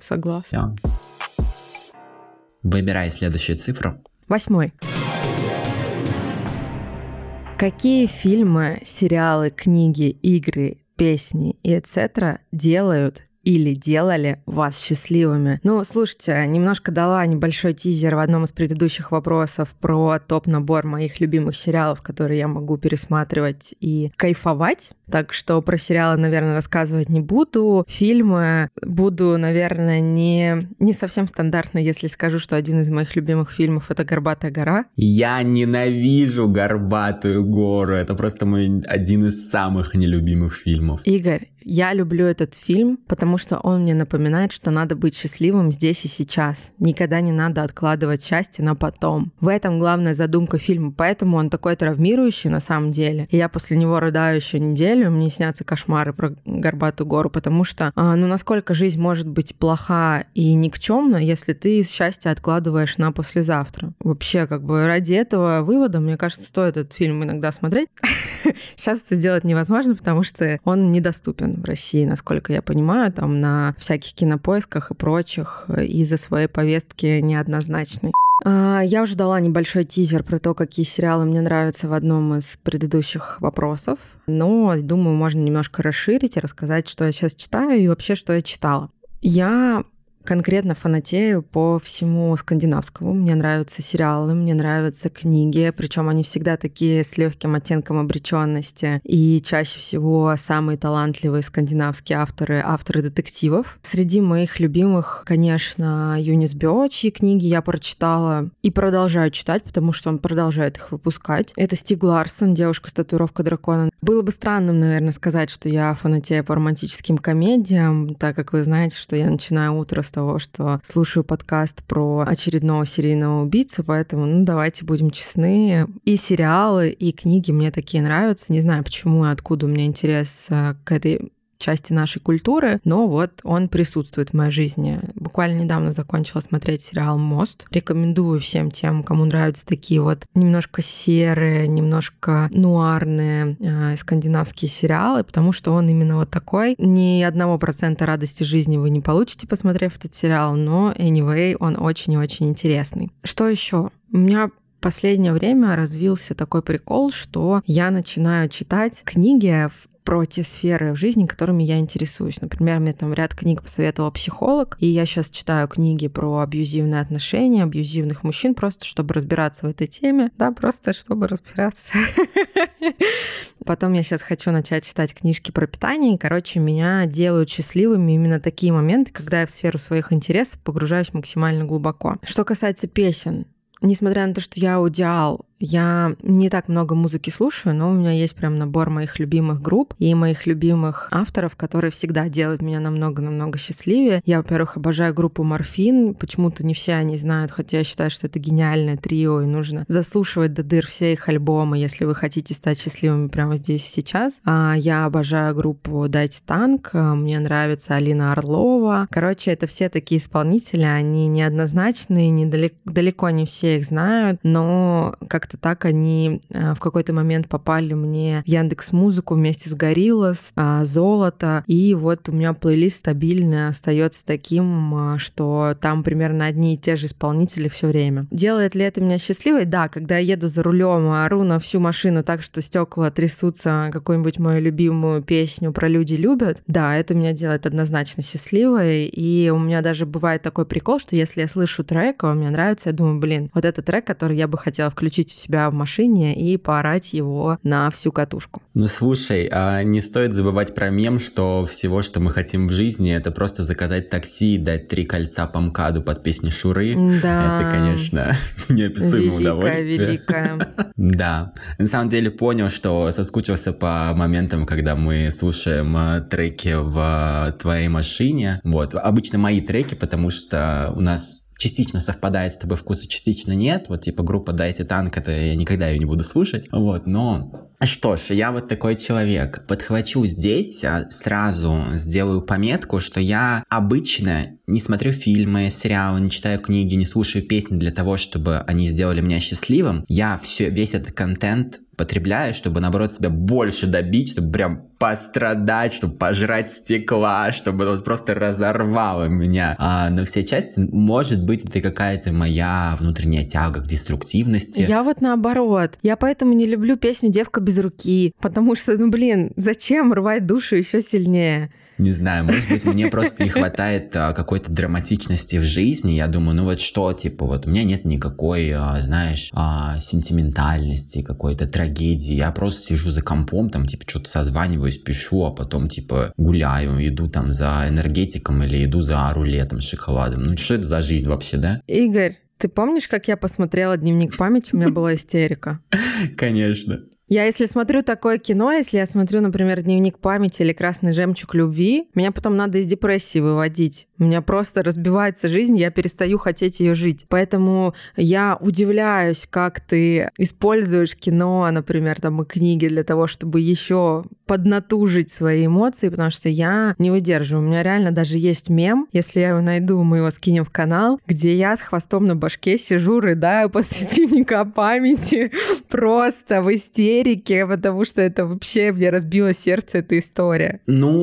Согласна. Всё. Выбирай следующую цифру. 8. Какие фильмы, сериалы, книги, игры, песни и etc. делают или делали вас счастливыми? Ну, слушайте, немножко дала небольшой тизер в одном из предыдущих вопросов про топ-набор моих любимых сериалов, которые я могу пересматривать и кайфовать. Так что про сериалы, наверное, рассказывать не буду. Фильмы буду, наверное, не совсем стандартно, если скажу, что один из моих любимых фильмов — это «Горбатая гора». Я ненавижу «Горбатую гору». Это просто мой один из самых нелюбимых фильмов. Игорь, я люблю этот фильм, потому что он мне напоминает, что надо быть счастливым здесь и сейчас. Никогда не надо откладывать счастье на потом. В этом главная задумка фильма, поэтому он такой травмирующий на самом деле. И я после него рыдаю еще неделю, мне снятся кошмары про Горбатую гору, потому что, насколько жизнь может быть плоха и никчемна, если ты счастье откладываешь на послезавтра. Вообще, ради этого вывода, мне кажется, стоит этот фильм иногда смотреть. Сейчас это сделать невозможно, потому что он недоступен в России, насколько я понимаю, там на всяких кинопоисках и прочих из-за своей повестки неоднозначной. Я уже дала небольшой тизер про то, какие сериалы мне нравятся в одном из предыдущих вопросов, но, думаю, можно немножко расширить и рассказать, что я сейчас читаю и вообще, что я читала. Я конкретно фанатею по всему скандинавскому. Мне нравятся сериалы, мне нравятся книги, причем они всегда такие с легким оттенком обреченности. И чаще всего самые талантливые скандинавские авторы детективов. Среди моих любимых, конечно, Юнис Бёчи книги я прочитала и продолжаю читать, потому что он продолжает их выпускать. Это Стиг Ларсон, «Девушка с татуировкой дракона». Было бы странным, наверное, сказать, что я фанатею по романтическим комедиям, так как вы знаете, что я начинаю утро с того, что слушаю подкаст про очередного серийного убийцу, поэтому, давайте будем честны. И сериалы, и книги мне такие нравятся. Не знаю, почему и откуда у меня интерес к этой части нашей культуры, но вот он присутствует в моей жизни. Буквально недавно закончила смотреть сериал «Мост». Рекомендую всем тем, кому нравятся такие вот немножко серые, немножко нуарные скандинавские сериалы, потому что он именно вот такой. Ни 1% радости жизни вы не получите, посмотрев этот сериал, но anyway, он очень и очень интересный. Что еще? У меня в последнее время развился такой прикол, что я начинаю читать книги про те сферы в жизни, которыми я интересуюсь. Например, мне там ряд книг посоветовал психолог, и я сейчас читаю книги про абьюзивные отношения, абьюзивных мужчин, просто чтобы разбираться в этой теме. Да, просто чтобы разбираться. Потом я сейчас хочу начать читать книжки про питание, и, меня делают счастливыми именно такие моменты, когда я в сферу своих интересов погружаюсь максимально глубоко. Что касается песен, несмотря на то, что я аудиал, я не так много музыки слушаю, но у меня есть прям набор моих любимых групп и моих любимых авторов, которые всегда делают меня намного-намного счастливее. Я, во-первых, обожаю группу «Морфин». Почему-то не все они знают, хотя я считаю, что это гениальное трио, и нужно заслушивать до дыр все их альбомы, если вы хотите стать счастливыми прямо здесь и сейчас. Я обожаю группу «Дайте танк», мне нравится Алина Орлова. Это все такие исполнители, они неоднозначные, далеко не все их знают, но как-то так они в какой-то момент попали мне в Яндекс.Музыку вместе с Гориллас, Золото, и вот у меня плейлист стабильно остается таким, что там примерно одни и те же исполнители все время. Делает ли это меня счастливой? Да, когда я еду за рулем, ору на всю машину так, что стекла трясутся, какую-нибудь мою любимую песню про «Люди любят», да, это меня делает однозначно счастливой, и у меня даже бывает такой прикол, что если я слышу трек, он мне нравится, я думаю, вот это трек, который я бы хотела включить у себя в машине и поорать его на всю катушку. Слушай, не стоит забывать про мем, что всего, что мы хотим в жизни, это просто заказать такси и дать 3 кольца по МКАДу под песню Шуры. Да. Это, конечно, неописуемое удовольствие. Великое. Да. На самом деле понял, что соскучился по моментам, когда мы слушаем треки в твоей машине. Вот. Обычно мои треки, потому что у нас частично совпадает с тобой вкус, и частично нет. Вот группа «Дайте танк», это я никогда ее не буду слушать. Но что ж, я вот такой человек. Подхвачу здесь, сразу сделаю пометку, что я обычно не смотрю фильмы, сериалы, не читаю книги, не слушаю песни для того, чтобы они сделали меня счастливым. Я весь этот контент потребляю, чтобы, наоборот, себя больше добить, чтобы прям пострадать, чтобы пожрать стекла, чтобы вот просто разорвало меня на все части. Может быть, это какая-то моя внутренняя тяга к деструктивности. Я вот наоборот. Я поэтому не люблю песню «Девка без руки», потому что, зачем рвать душу еще сильнее? Не знаю, может быть, мне просто не хватает какой-то драматичности в жизни. Я думаю, у меня нет никакой, сентиментальности, какой-то трагедии. Я просто сижу за компом, что-то созваниваюсь, пишу, а потом, гуляю, иду за энергетиком или иду за рулетом с шоколадом. Что это за жизнь вообще, да? Игорь, ты помнишь, как я посмотрела «Дневник памяти», у меня была истерика? Конечно. Я, если смотрю такое кино, если я смотрю, например, «Дневник памяти» или «Красный жемчуг любви», меня потом надо из депрессии выводить. У меня просто разбивается жизнь, я перестаю хотеть ее жить. Поэтому я удивляюсь, как ты используешь кино, например, и книги для того, чтобы еще поднатужить свои эмоции, потому что я не выдерживаю. У меня реально даже есть мем, если я его найду, мы его скинем в канал, где я с хвостом на башке сижу, рыдаю после «Дневника памяти», просто в истерике, потому что это вообще мне разбило сердце эта история.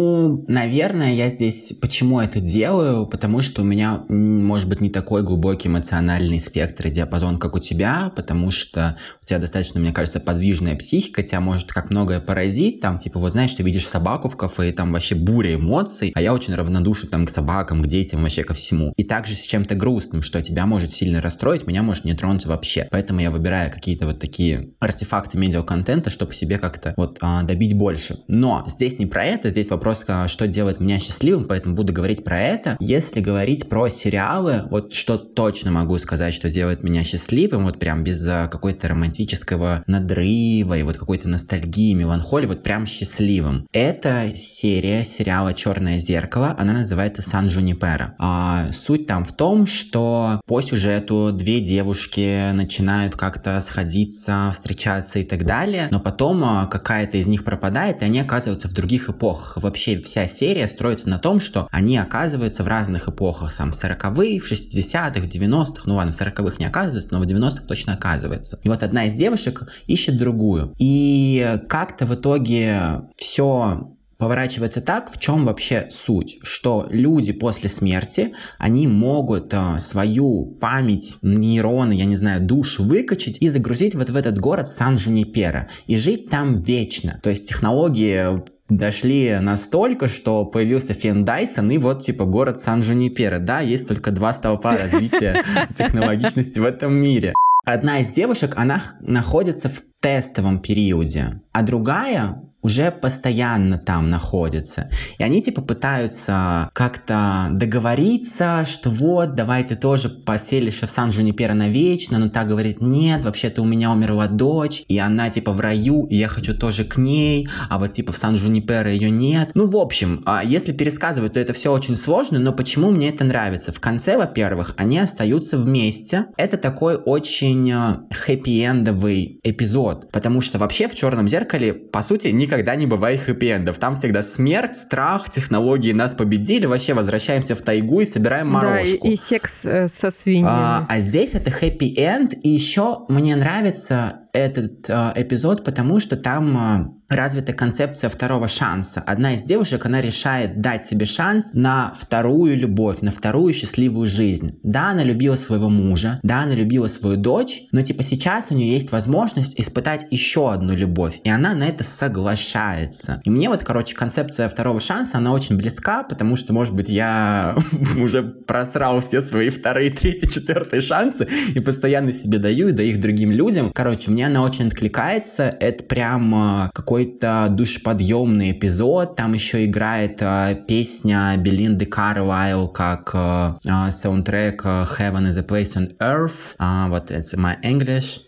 Наверное, я здесь почему это делаю? Потому что у меня, может быть, не такой глубокий эмоциональный спектр и диапазон, как у тебя, потому что у тебя достаточно, мне кажется, подвижная психика, тебя может как многое поразить, ты видишь собаку в кафе, и там вообще буря эмоций, а я очень равнодушен к собакам, к детям, вообще ко всему. И также с чем-то грустным, что тебя может сильно расстроить, меня может не тронуть вообще. Поэтому я выбираю какие-то такие артефакты медиаконтента, чтобы себе как-то добить больше. Но здесь не про это, здесь вопрос, что делает меня счастливым, поэтому буду говорить про это. Если говорить про сериалы, что точно могу сказать, что делает меня счастливым, прям без какой-то романтического надрыва и какой-то ностальгии, меланхолии, прям счастливым. Это серия сериала «Черное зеркало», она называется «Сан Джунипера». Суть там в том, что по сюжету две девушки начинают как-то сходиться, встречаться и так далее, но потом какая-то из них пропадает, и они оказываются в других эпохах. Вообще вся серия строится на том, что они оказываются в разных эпохах, в 40-х, в 60-х, 90-х, в 40-х не оказывается, но в 90-х точно оказывается. И одна из девушек ищет другую. И как-то в итоге все поворачивается так, в чем вообще суть, что люди после смерти, они могут свою память, нейроны, душу выкачать и загрузить в этот город Сан-Джунипера и жить там вечно. То есть технологии дошли настолько, что появился фен Дайсон и город Сан-Джунипера. Да, есть только 2 столпа развития технологичности в этом мире. Одна из девушек, она находится в тестовом периоде, а другая уже постоянно там находится. И они пытаются как-то договориться, что давай ты тоже поселишься в Сан-Джунипера навечно, но та говорит, нет, вообще-то у меня умерла дочь, и она в раю, и я хочу тоже к ней, а в Сан-Джунипера ее нет. В общем, если пересказывать, то это все очень сложно, но почему мне это нравится? В конце, во-первых, они остаются вместе. Это такой очень хэппи-эндовый эпизод, потому что вообще в «Черном зеркале», по сути, никогда не бывает хэппи-эндов. Там всегда смерть, страх, технологии нас победили, вообще возвращаемся в тайгу и собираем морожку. Да, и секс со свиньями. А здесь это хэппи-энд, и еще мне нравится этот эпизод, потому что там развита концепция второго шанса. Одна из девушек, она решает дать себе шанс на вторую любовь, на вторую счастливую жизнь. Да, она любила своего мужа, да, она любила свою дочь, но сейчас у нее есть возможность испытать еще одну любовь, и она на это соглашается. И мне концепция второго шанса, она очень близка, потому что, может быть, я уже просрал все свои 2-й, 3-й, 4-й шансы и постоянно себе даю и даю их другим людям. Мне она очень откликается, это прям какой-то душеподъемный эпизод, там еще играет песня Белинды Карлайл как саундтрек Heaven is a Place on Earth, it's my English.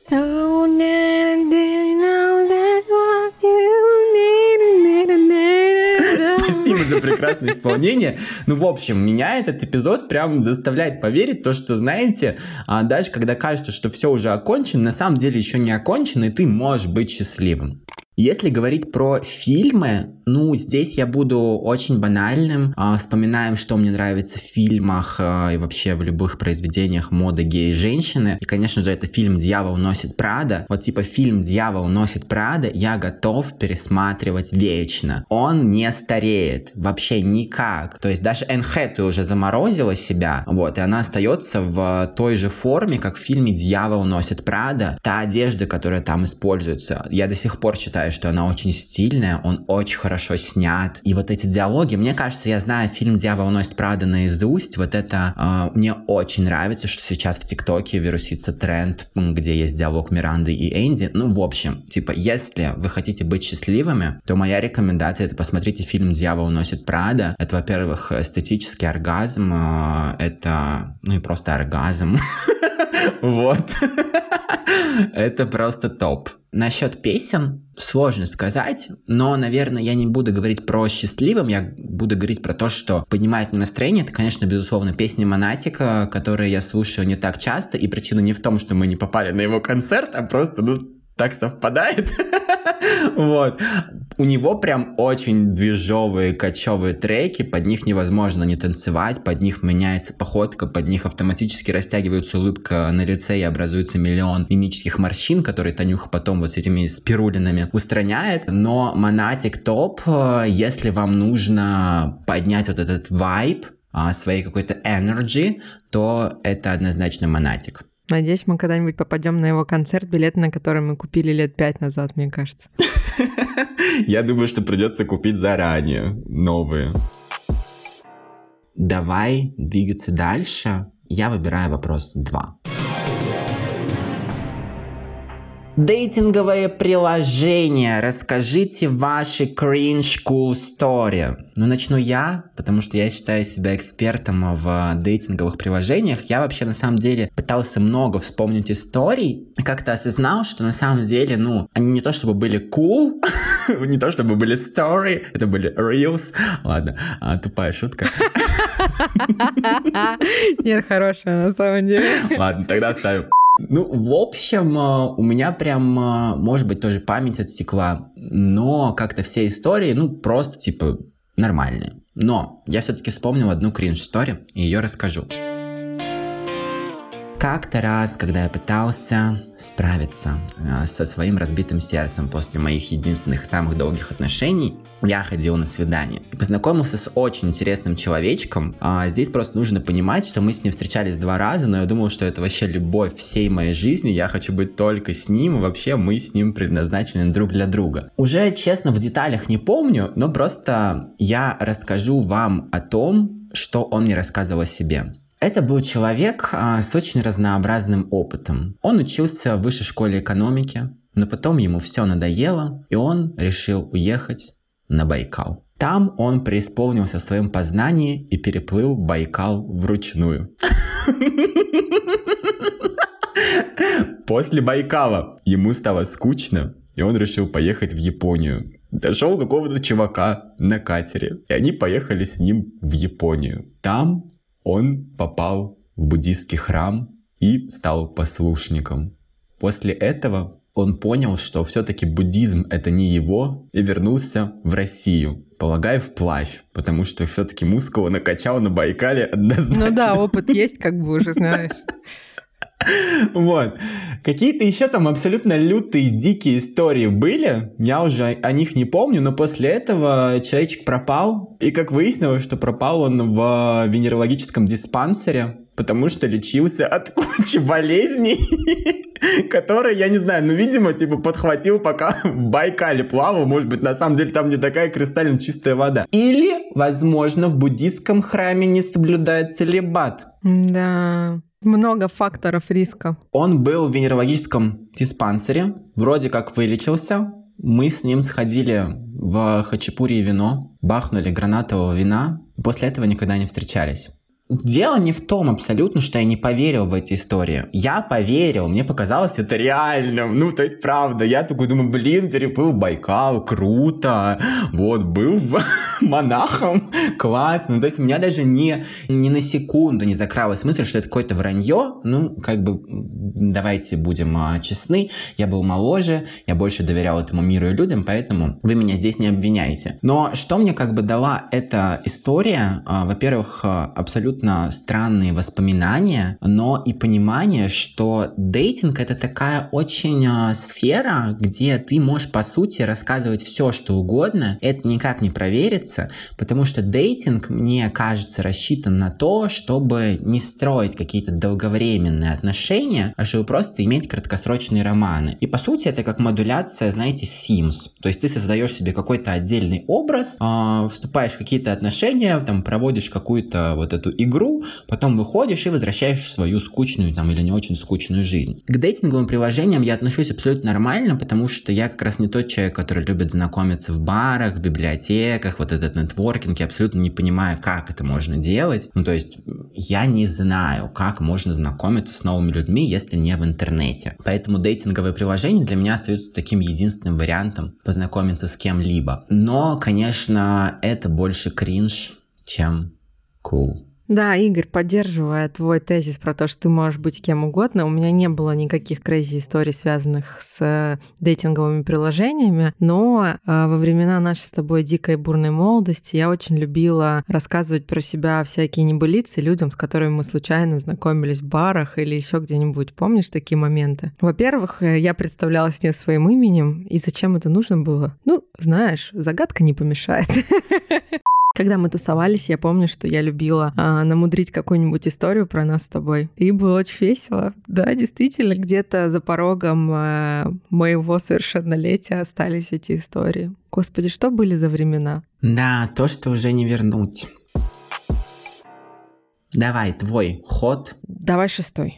Спасибо за прекрасное исполнение. В общем, меня этот эпизод прям заставляет поверить то, что, знаете, даже когда кажется, что все уже окончено, на самом деле еще не окончено, и ты можешь быть счастливым. Если говорить про фильмы, здесь я буду очень банальным. Вспоминаем, что мне нравится в фильмах и вообще в любых произведениях моды геи-женщины. И, конечно же, это фильм «Дьявол носит Прада». Вот типа фильм «Дьявол носит Прада» я готов пересматривать вечно. Он не стареет вообще никак. То есть даже Энн Хэтэуэй уже заморозила себя, и она остается в той же форме, как в фильме «Дьявол носит Прада». Та одежда, которая там используется, я до сих пор считаю, что она очень стильная, он очень хорошо снят. И вот эти диалоги, мне кажется, я знаю фильм «Дьявол носит Прада» наизусть. Вот это мне очень нравится, что сейчас в ТикТоке вирусится тренд, где есть диалог Миранды и Энди. В общем, если вы хотите быть счастливыми, то моя рекомендация — это посмотрите фильм «Дьявол носит Прада». Это, во-первых, эстетический оргазм, это, и просто оргазм. Вот. Это просто топ. Насчет песен сложно сказать, но, наверное, я не буду говорить про счастливым, я буду говорить про то, что поднимает мне настроение. Это, конечно, безусловно, песни Монатика, которые я слушаю не так часто, и причина не в том, что мы не попали на его концерт, а просто, так совпадает. У него прям очень движовые, качевые треки, под них невозможно не танцевать, под них меняется походка, под них автоматически растягивается улыбка на лице и образуется миллион мимических морщин, которые Танюха потом с этими спирулинами устраняет. Но Монатик топ, если вам нужно поднять вот этот вайб, своей какой-то energy, то это однозначно Монатик. Надеюсь, мы когда-нибудь попадем на его концерт, билеты на который мы купили лет 5 назад, мне кажется. Я думаю, что придется купить заранее новые. Давай двигаться дальше. Я выбираю вопрос 2. Дейтинговые приложения. Расскажите ваши cringe cool story. Начну я, потому что я считаю себя экспертом в дейтинговых приложениях. Я вообще на самом деле пытался много вспомнить историй. И как-то осознал, что на самом деле, они не то чтобы были cool, не то чтобы были story, это были reels. Ладно, тупая шутка. Нет, хорошая на самом деле. Ладно, тогда оставим. В общем, у меня прям, может быть, тоже память отсекла, но как-то все истории, просто, нормальные. Но я все-таки вспомнил одну кринж-стори, и ее расскажу. Как-то раз, когда я пытался справиться со своим разбитым сердцем после моих единственных самых долгих отношений, я ходил на свидание и познакомился с очень интересным человечком. Здесь просто нужно понимать, что мы с ним встречались 2 раза, но я думал, что это вообще любовь всей моей жизни, я хочу быть только с ним, и вообще мы с ним предназначены друг для друга. Уже, честно, в деталях не помню, но просто я расскажу вам о том, что он мне рассказывал о себе. Это был человек с очень разнообразным опытом. Он учился в высшей школе экономики, но потом ему все надоело, и он решил уехать на Байкал. Там он преисполнился в своем познании и переплыл Байкал вручную. После Байкала ему стало скучно, и он решил поехать в Японию. Дошел какого-то чувака на катере, и они поехали с ним в Японию. Там он попал в буддийский храм и стал послушником. После этого он понял, что все-таки буддизм это не его, и вернулся в Россию. Полагаю, вплавь, потому что все-таки мускулы накачал на Байкале однозначно. Опыт есть, уже знаешь. Какие-то еще там абсолютно лютые, дикие истории были. Я уже о них не помню, но после этого человечек пропал. И как выяснилось, что пропал он в венерологическом диспансере, потому что лечился от кучи болезней, которые, я не знаю, видимо, подхватил, пока в Байкале плавал. Может быть, на самом деле там не такая кристально чистая вода. Или, возможно, в буддийском храме не соблюдает целибат. Да. Много факторов риска. Он был в венерологическом диспансере, вроде как вылечился. Мы с ним сходили в хачапури и вино, бахнули гранатового вина. После этого никогда не встречались. Дело не в том абсолютно, что я не поверил в эти истории. Я поверил, мне показалось это реальным. Ну, то есть, правда, я такой думаю, переплыл Байкал, круто. Вот, был монахом, классно. То есть, у меня даже не на секунду не закралась мысль, что это какое-то вранье. Ну, как бы, давайте будем честны. Я был моложе, я больше доверял этому миру и людям, поэтому вы меня здесь не обвиняйте. Но что мне как бы дала эта история? Во-первых, абсолютно странные воспоминания, но и понимание, что дейтинг — это такая очень сфера, где ты можешь, по сути, рассказывать все, что угодно. Это никак не проверится, потому что дейтинг, мне кажется, рассчитан на то, чтобы не строить какие-то долговременные отношения, а чтобы просто иметь краткосрочные романы. И, по сути, это как модуляция, знаете, Sims. То есть ты создаешь себе какой-то отдельный образ, вступаешь в какие-то отношения, там, проводишь какую-то вот эту игру, потом выходишь и возвращаешь в свою скучную там или не очень скучную жизнь. К дейтинговым приложениям я отношусь абсолютно нормально, потому что я как раз не тот человек, который любит знакомиться в барах, в библиотеках, вот этот нетворкинг, я абсолютно не понимаю, как это можно делать. Ну, то есть я не знаю, как можно знакомиться с новыми людьми, если не в интернете. Поэтому дейтинговые приложения для меня остаются таким единственным вариантом познакомиться с кем-либо. Но, конечно, это больше кринж, чем cool. Да, Игорь, поддерживая твой тезис про то, что ты можешь быть кем угодно, у меня не было никаких crazy историй, связанных с дейтинговыми приложениями, но во времена нашей с тобой дикой бурной молодости я очень любила рассказывать про себя всякие небылицы людям, с которыми мы случайно знакомились в барах или еще где-нибудь. Помнишь такие моменты? Во-первых, я представлялась не своим именем, и зачем это нужно было? Ну, знаешь, загадка не помешает. Когда мы тусовались, я помню, что я любила намудрить какую-нибудь историю про нас с тобой. И было очень весело. Да, действительно, где-то за порогом моего совершеннолетия остались эти истории. Господи, что были за времена? Да, то, что уже не вернуть. Давай, твой ход. Давай 6-й.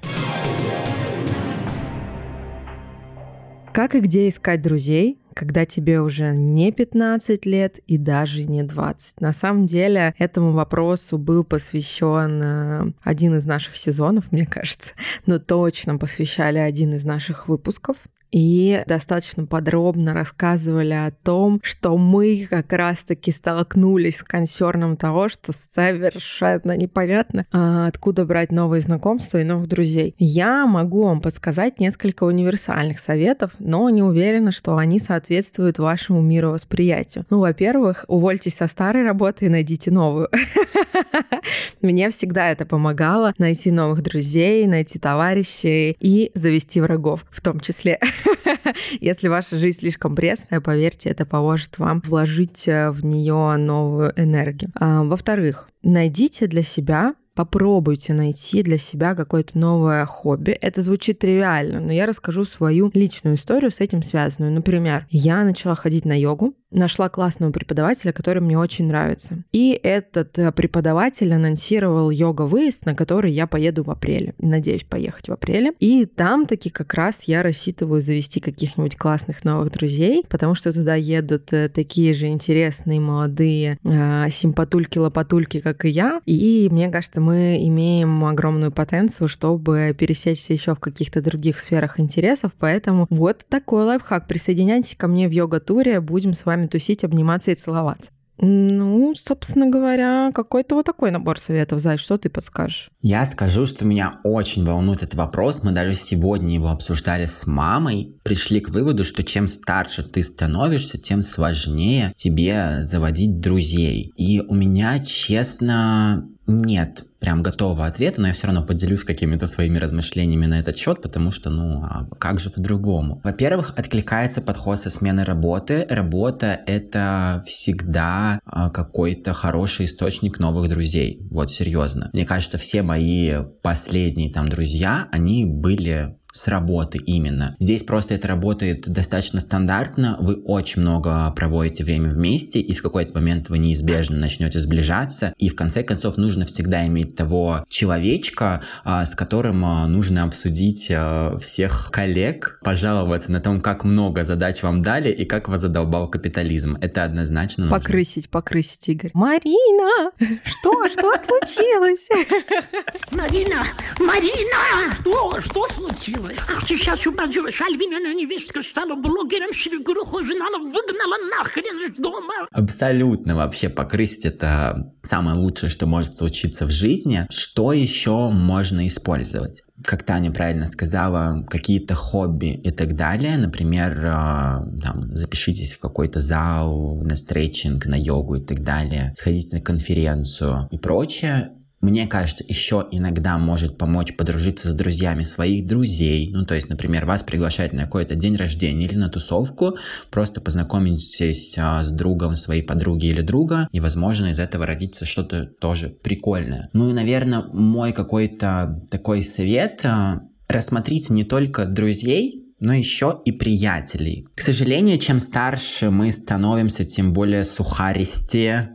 Как и где искать друзей, когда тебе уже не 15 лет и даже не 20? На самом деле этому вопросу был посвящен один из наших сезонов, мне кажется, но точно посвящали один из наших выпусков. И достаточно подробно рассказывали о том, что мы как раз-таки столкнулись с консерном того, что совершенно непонятно, откуда брать новые знакомства и новых друзей. Я могу вам подсказать несколько универсальных советов, но не уверена, что они соответствуют вашему мировосприятию. Ну, во-первых, увольтесь со старой работы и найдите новую. Мне всегда это помогало найти новых друзей, найти товарищей и завести врагов в том числе. Если ваша жизнь слишком пресная, поверьте, это поможет вам вложить в нее новую энергию. Во-вторых, найдите для себя, попробуйте найти для себя какое-то новое хобби. Это звучит тривиально, но я расскажу свою личную историю с этим связанную. Например, я начала ходить на йогу, нашла классного преподавателя, который мне очень нравится. И этот преподаватель анонсировал йога-выезд, на который я поеду в апреле. И надеюсь поехать в апреле. И там таки как раз я рассчитываю завести каких-нибудь классных новых друзей, потому что туда едут такие же интересные, молодые симпатульки-лопатульки, как и я. И мне кажется, мы имеем огромную потенцию, чтобы пересечься еще в каких-то других сферах интересов. Поэтому вот такой лайфхак. Присоединяйтесь ко мне в йога-туре, будем с вами тусить, обниматься и целоваться. Ну, собственно говоря, какой-то вот такой набор советов. Зай, что ты подскажешь? Я скажу, что меня очень волнует этот вопрос. Мы даже сегодня его обсуждали с мамой. Пришли к выводу, что чем старше ты становишься, тем сложнее тебе заводить друзей. И у меня, честно, нет прям готового ответа, но я все равно поделюсь какими-то своими размышлениями на этот счет, потому что, а как же по-другому? Во-первых, откликается подход со смены работы. Работа — это всегда какой-то хороший источник новых друзей. Вот, серьезно. Мне кажется, все мои последние там друзья, они были с работы именно. Здесь просто это работает достаточно стандартно, вы очень много проводите время вместе, и в какой-то момент вы неизбежно начнете сближаться, и в конце концов нужно всегда иметь того человечка, с которым нужно обсудить всех коллег, пожаловаться на том, как много задач вам дали и как вас задолбал капитализм. Это однозначно нужно. Покрысить, Игорь. Марина! Что случилось? Марина! Что случилось? Ах, ты сейчас упадешь. Альвина невестка стала блогером, свекруху знала, выгнала нахрен из дома. Абсолютно вообще покрысить — это самое лучшее, что может случиться в жизни. Что еще можно использовать? Как Таня правильно сказала, какие-то хобби и так далее. Например, запишитесь в какой-то зал, на стретчинг, на йогу и так далее. Сходите на конференцию и прочее. Мне кажется, еще иногда может помочь подружиться с друзьями своих друзей. То есть, например, вас приглашать на какой-то день рождения или на тусовку, просто познакомитесь с другом своей подруги или друга, и, возможно, из этого родится что-то тоже прикольное. И, наверное, мой какой-то такой совет — рассмотрите не только друзей, но еще и приятелей. К сожалению, чем старше мы становимся, тем более сухаристее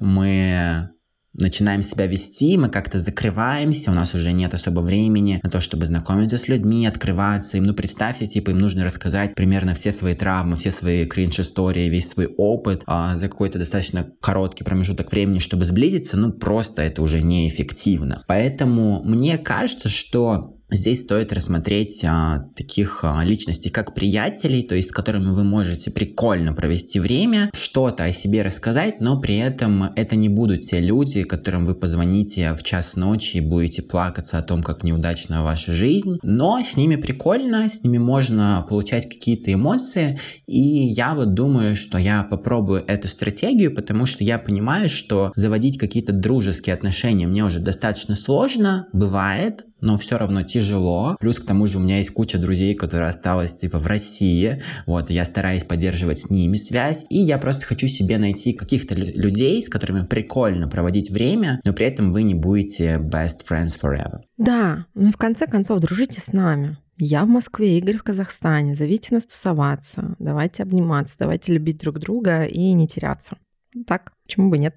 мы начинаем себя вести, мы как-то закрываемся, у нас уже нет особо времени на то, чтобы знакомиться с людьми, открываться им. Представьте, им нужно рассказать примерно все свои травмы, все свои кринж-истории, весь свой опыт за какой-то достаточно короткий промежуток времени, чтобы сблизиться, просто это уже неэффективно. Поэтому мне кажется, что здесь стоит рассмотреть таких личностей, как приятелей, то есть с которыми вы можете прикольно провести время, что-то о себе рассказать, но при этом это не будут те люди, которым вы позвоните в час ночи и будете плакаться о том, как неудачна ваша жизнь. Но с ними прикольно, с ними можно получать какие-то эмоции, и я думаю, что я попробую эту стратегию, потому что я понимаю, что заводить какие-то дружеские отношения мне уже достаточно сложно, бывает, но все равно тяжело. Плюс к тому же у меня есть куча друзей, которые осталось в России. Я стараюсь поддерживать с ними связь. И я просто хочу себе найти каких-то людей, с которыми прикольно проводить время, но при этом вы не будете best friends forever. Да, и в конце концов дружите с нами. Я в Москве, Игорь в Казахстане. Зовите нас тусоваться. Давайте обниматься, давайте любить друг друга и не теряться. Так, почему бы нет?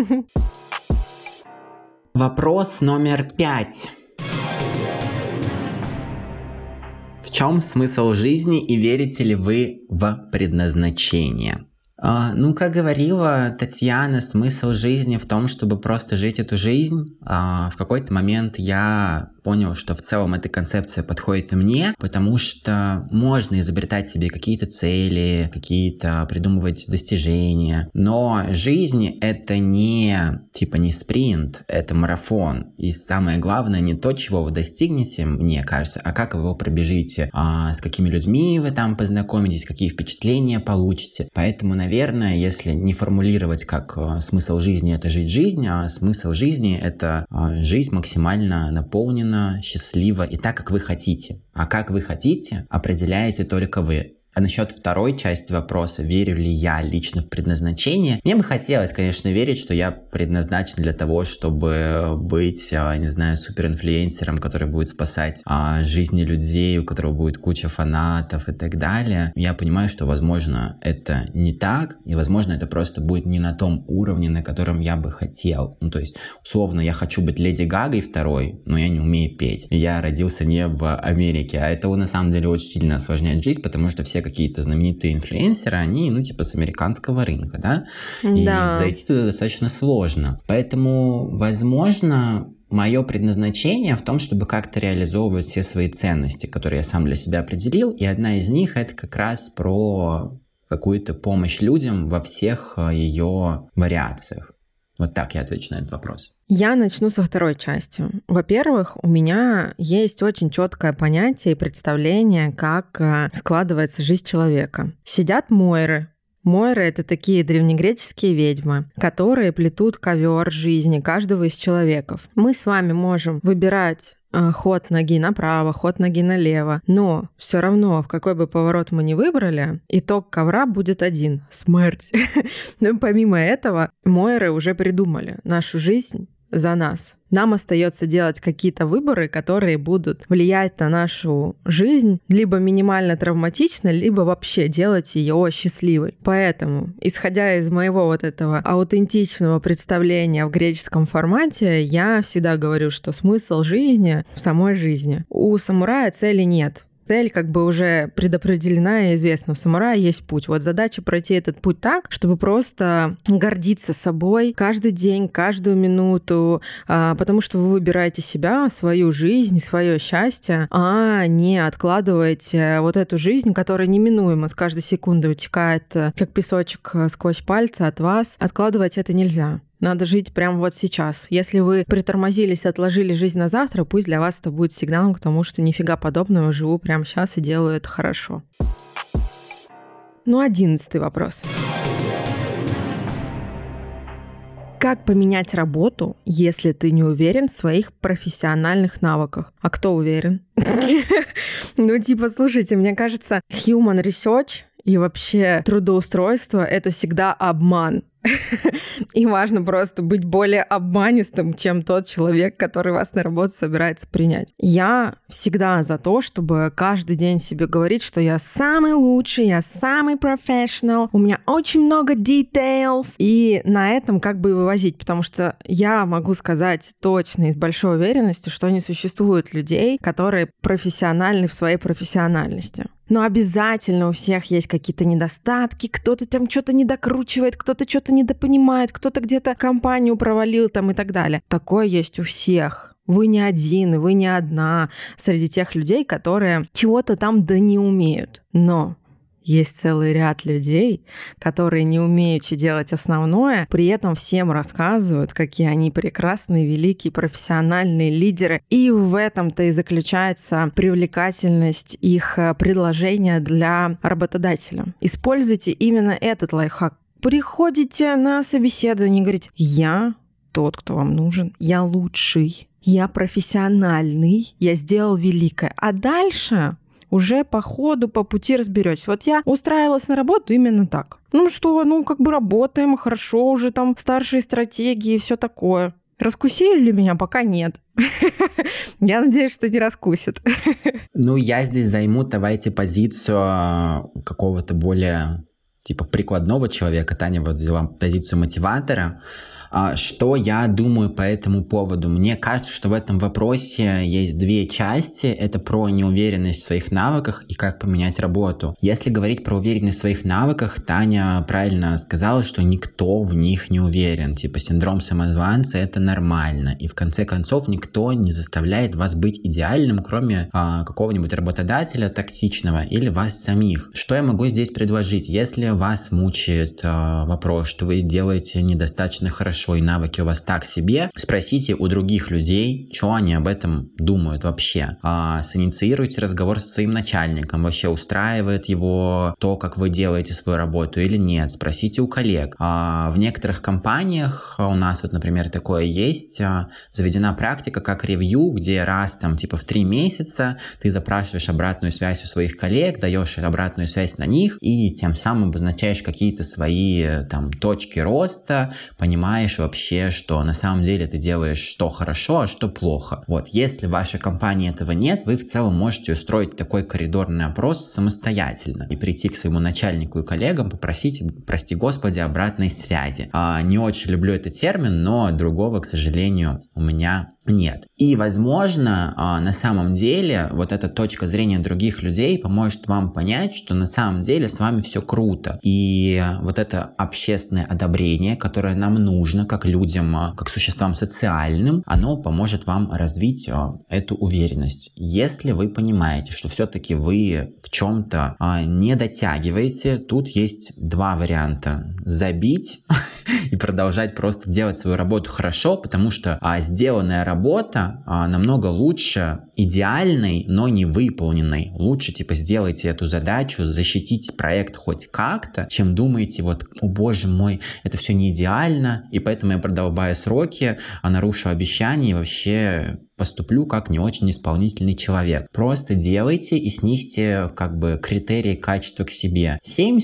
Вопрос номер 5. В чем смысл жизни и верите ли вы в предназначение? Как говорила Татьяна, смысл жизни в том, чтобы просто жить эту жизнь. В какой-то момент я понял, что в целом эта концепция подходит и мне, потому что можно изобретать себе какие-то цели, какие-то придумывать достижения, но жизнь — это не спринт, это марафон. И самое главное не то, чего вы достигнете, мне кажется, а как вы его пробежите, с какими людьми вы там познакомитесь, какие впечатления получите. Поэтому, наверное, если не формулировать как смысл жизни — это жить жизнь, а смысл жизни — это жизнь максимально наполнена, счастливо и так, как вы хотите. А как вы хотите, определяете только вы. А насчет второй части вопроса, верю ли я лично в предназначение, мне бы хотелось, конечно, верить, что я предназначен для того, чтобы быть, суперинфлюенсером, который будет спасать жизни людей, у которого будет куча фанатов и так далее. Я понимаю, что, возможно, это не так, и, возможно, это просто будет не на том уровне, на котором я бы хотел. То есть, условно, я хочу быть Леди Гагой второй, но я не умею петь. Я родился не в Америке, а это, на самом деле, очень сильно осложняет жизнь, потому что все какие-то знаменитые инфлюенсеры, они, с американского рынка, да? И зайти туда достаточно сложно. Поэтому, возможно, мое предназначение в том, чтобы как-то реализовывать все свои ценности, которые я сам для себя определил, и одна из них — это как раз про какую-то помощь людям во всех ее вариациях. Вот так я отвечу на этот вопрос. Я начну со второй части. Во-первых, у меня есть очень четкое понятие и представление, как складывается жизнь человека. Сидят Мойры. Мойры — это такие древнегреческие ведьмы, которые плетут ковер жизни каждого из человеков. Мы с вами можем выбирать ход ноги направо, ход ноги налево, но все равно, в какой бы поворот мы ни выбрали, итог ковра будет один — смерть. Но помимо этого, Мойры уже придумали нашу жизнь за нас. Нам остается делать какие-то выборы, которые будут влиять на нашу жизнь либо минимально травматично, либо вообще делать ее счастливой. Поэтому, исходя из моего вот этого аутентичного представления в греческом формате, я всегда говорю, что смысл жизни в самой жизни. У самурая цели нет. Цель как бы уже предопределена и известна. У самурая есть путь. Вот задача пройти этот путь так, чтобы просто гордиться собой каждый день, каждую минуту, потому что вы выбираете себя, свою жизнь, свое счастье, а не откладываете вот эту жизнь, которая неминуемо с каждой секунды утекает, как песочек сквозь пальцы от вас. Откладывать это нельзя. Надо жить прямо вот сейчас. Если вы притормозились, отложили жизнь на завтра, пусть для вас это будет сигналом к тому, что нифига подобного, живу прямо сейчас и делаю это хорошо. 11-й вопрос. Как поменять работу, если ты не уверен в своих профессиональных навыках? А кто уверен? Слушайте, мне кажется, human research и вообще трудоустройство — это всегда обман. И важно просто быть более обманистым, чем тот человек, который вас на работу собирается принять. Я всегда за то, чтобы каждый день себе говорить, что я самый лучший, я самый professional, у меня очень много details, и на этом как бы вывозить, потому что я могу сказать точно и с большой уверенностью, что не существует людей, которые профессиональны в своей профессиональности. Но обязательно у всех есть какие-то недостатки, кто-то там что-то не докручивает, кто-то что-то недопонимает, кто-то где-то компанию провалил там и так далее. Такое есть у всех. Вы не один, вы не одна среди тех людей, которые чего-то там да не умеют. Но есть целый ряд людей, которые не умеют делать основное, при этом всем рассказывают, какие они прекрасные, великие, профессиональные лидеры. И в этом-то и заключается привлекательность их предложения для работодателя. Используйте именно этот лайфхак. Приходите на собеседование и говорите: я тот, кто вам нужен, я лучший, я профессиональный, я сделал великое. А дальше уже по ходу, по пути разберетесь. Вот я устраивалась на работу именно так. Работаем, хорошо, уже там старшие стратегии и все такое. Раскусили ли меня? Пока нет. Я надеюсь, что не раскусят. Я здесь займу, давайте, позицию какого-то более прикладного человека. Таня взяла позицию мотиватора. Что я думаю по этому поводу? Мне кажется, что в этом вопросе есть две части. Это про неуверенность в своих навыках и как поменять работу. Если говорить про уверенность в своих навыках, Таня правильно сказала, что никто в них не уверен. Синдром самозванца — это нормально. И в конце концов никто не заставляет вас быть идеальным, кроме какого-нибудь работодателя токсичного или вас самих. Что я могу здесь предложить? Если вас мучает вопрос, что вы делаете недостаточно хорошо, и навыки у вас так себе, спросите у других людей, что они об этом думают вообще. Синициируйте разговор со своим начальником. Вообще устраивает его то, как вы делаете свою работу или нет. Спросите у коллег. В некоторых компаниях, у нас например, такое есть, заведена практика как ревью, где раз в 3 месяца ты запрашиваешь обратную связь у своих коллег, даешь обратную связь на них и тем самым обозначаешь какие-то свои точки роста, понимаешь вообще, что на самом деле ты делаешь что хорошо, а что плохо. Если в вашей компании этого нет, вы в целом можете устроить такой коридорный опрос самостоятельно и прийти к своему начальнику и коллегам, попросить, прости господи, обратной связи. Не очень люблю этот термин, но другого, к сожалению, у меня нет. И, возможно, на самом деле эта точка зрения других людей поможет вам понять, что на самом деле с вами все круто. И это общественное одобрение, которое нам нужно как людям, как существам социальным, оно поможет вам развить эту уверенность. Если вы понимаете, что все-таки вы в чем-то не дотягиваете, тут есть два варианта. Забить и продолжать просто делать свою работу хорошо, потому что сделанная работа намного лучше идеальной, но не выполненной. Лучше типа сделайте эту задачу, защитите проект хоть как-то, чем думаете вот, о боже мой, это все не идеально, и поэтому я продолбаю сроки, нарушу обещания и вообще поступлю как не очень исполнительный человек. Просто делайте и снизьте как бы критерии качества к себе.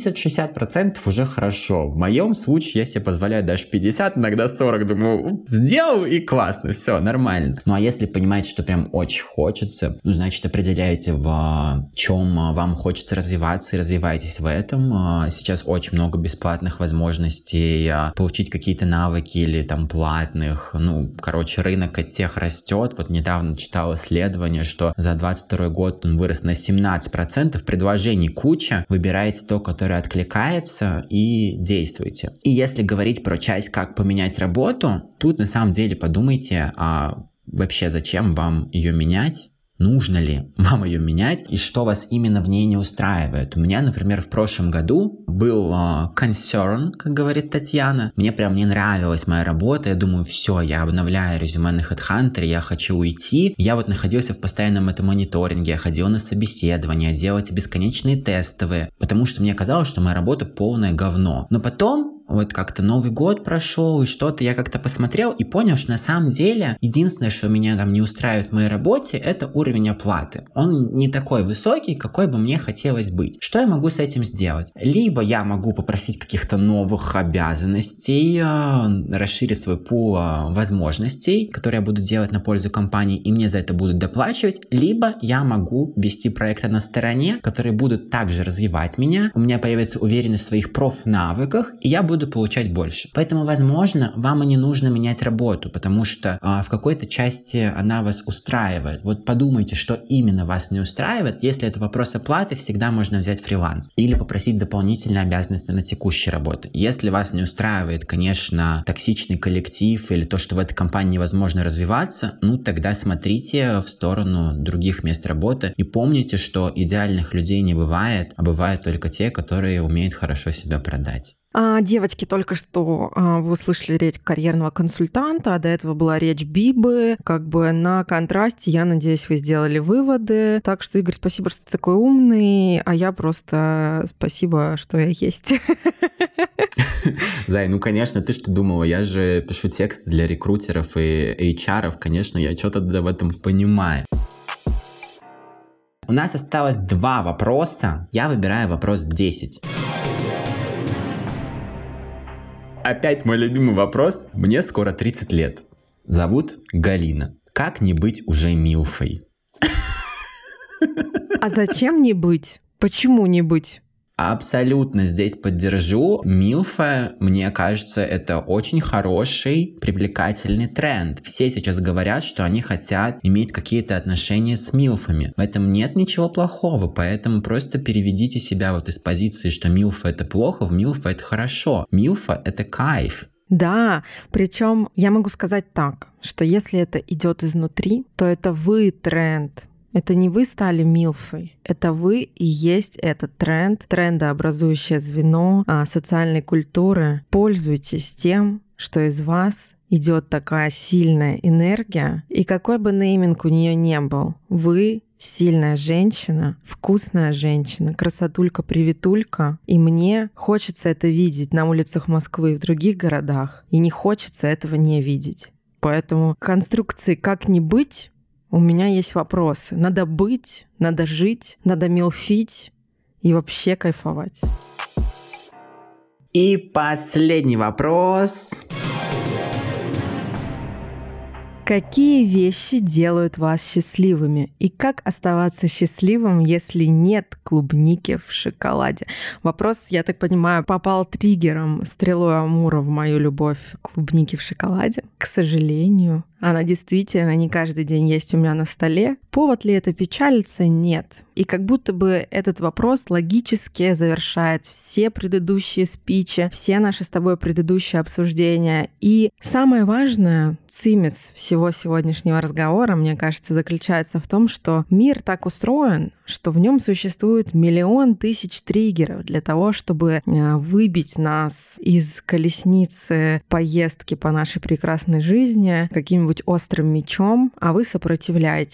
70-60% уже хорошо. В моем случае я себе позволяю даже 50, иногда 40. Думаю, сделал и классно, все, нормально. Ну а если понимаете, что прям очень хочется, ну значит определяйте, в чем вам хочется развиваться и развивайтесь в этом. Сейчас очень много бесплатных возможностей получить какие-то навыки или там платных. Ну, короче, рынок от тех растет. Вот недавно читал исследование, что за 22 год он вырос на 17%, предложений куча, выбирайте то, которое откликается, и действуйте. И если говорить про часть, как поменять работу, тут на самом деле подумайте, а вообще зачем вам ее менять? Нужно ли вам ее менять и что вас именно в ней не устраивает? У меня, например, в прошлом году был concern, как говорит Татьяна. Мне прям не нравилась моя работа. Я думаю, все, я обновляю резюме на HeadHunter, я хочу уйти. Я вот находился в постоянном этом мониторинге, я ходил на собеседования, делал эти бесконечные тестовые, потому что мне казалось, что моя работа полное говно. Но потом вот как-то Новый год прошел, и что-то я как-то посмотрел и понял, что на самом деле единственное, что меня там не устраивает в моей работе, это уровень оплаты. Он не такой высокий, какой бы мне хотелось быть. Что я могу с этим сделать? Либо я могу попросить каких-то новых обязанностей, расширить свой пул возможностей, которые я буду делать на пользу компании, и мне за это будут доплачивать, либо я могу вести проекты на стороне, которые будут также развивать меня, у меня появится уверенность в своих профнавыках, и я буду получать больше. Поэтому, возможно, вам и не нужно менять работу, потому что в какой-то части она вас устраивает. Вот подумайте, что именно вас не устраивает. Если это вопрос оплаты, всегда можно взять фриланс или попросить дополнительные обязанности на текущей работе. Если вас не устраивает, конечно, токсичный коллектив или то, что в этой компании невозможно развиваться, ну тогда смотрите в сторону других мест работы и помните, что идеальных людей не бывает, а бывают только те, которые умеют хорошо себя продать. Девочки, только что вы услышали речь карьерного консультанта, а до этого была речь Бибы. Как бы на контрасте, я надеюсь, вы сделали выводы. Так что, Игорь, спасибо, что ты такой умный, а я просто спасибо, что я есть. Зай, ну, конечно, ты что думала? Я же пишу тексты для рекрутеров и HR-ов, конечно, я что-то в этом понимаю. У нас осталось 2 вопроса. Я выбираю вопрос 10. Опять мой любимый вопрос. Мне скоро 30 лет. Зовут Галина. Как не быть уже милфой? А зачем не быть? Почему не быть? Абсолютно здесь поддержу. Милфа, мне кажется, это очень хороший, привлекательный тренд. Все сейчас говорят, что они хотят иметь какие-то отношения с милфами. В этом нет ничего плохого, поэтому просто переведите себя вот из позиции, что милфа это плохо, в милфа это хорошо. Милфа это кайф. Да, причем я могу сказать так, что если это идет изнутри, то это вы тренд. Это не вы стали милфой, это вы и есть этот тренд, трендообразующее звено социальной культуры. Пользуйтесь тем, что из вас идет такая сильная энергия, и какой бы нейминг у нее не был, вы сильная женщина, вкусная женщина, красотулька-приветулька, и мне хочется это видеть на улицах Москвы и в других городах, и не хочется этого не видеть. Поэтому конструкции «как не быть» у меня есть вопросы. Надо быть, надо жить, надо милфить и вообще кайфовать. И последний вопрос. Какие вещи делают вас счастливыми? И как оставаться счастливым, если нет клубники в шоколаде? Вопрос, я так понимаю, попал триггером, стрелой Амура в мою любовь к клубнике в шоколаде. К сожалению, она действительно не каждый день есть у меня на столе. Повод ли это печалиться? Нет. И как будто бы этот вопрос логически завершает все предыдущие спичи, все наши с тобой предыдущие обсуждения. И самое важное, цимис всего сегодняшнего разговора, мне кажется, заключается в том, что мир так устроен, что в нем существует 1 000 000 триггеров для того, чтобы выбить нас из колесницы поездки по нашей прекрасной жизни каким-нибудь острым мечом, а вы сопротивляетесь.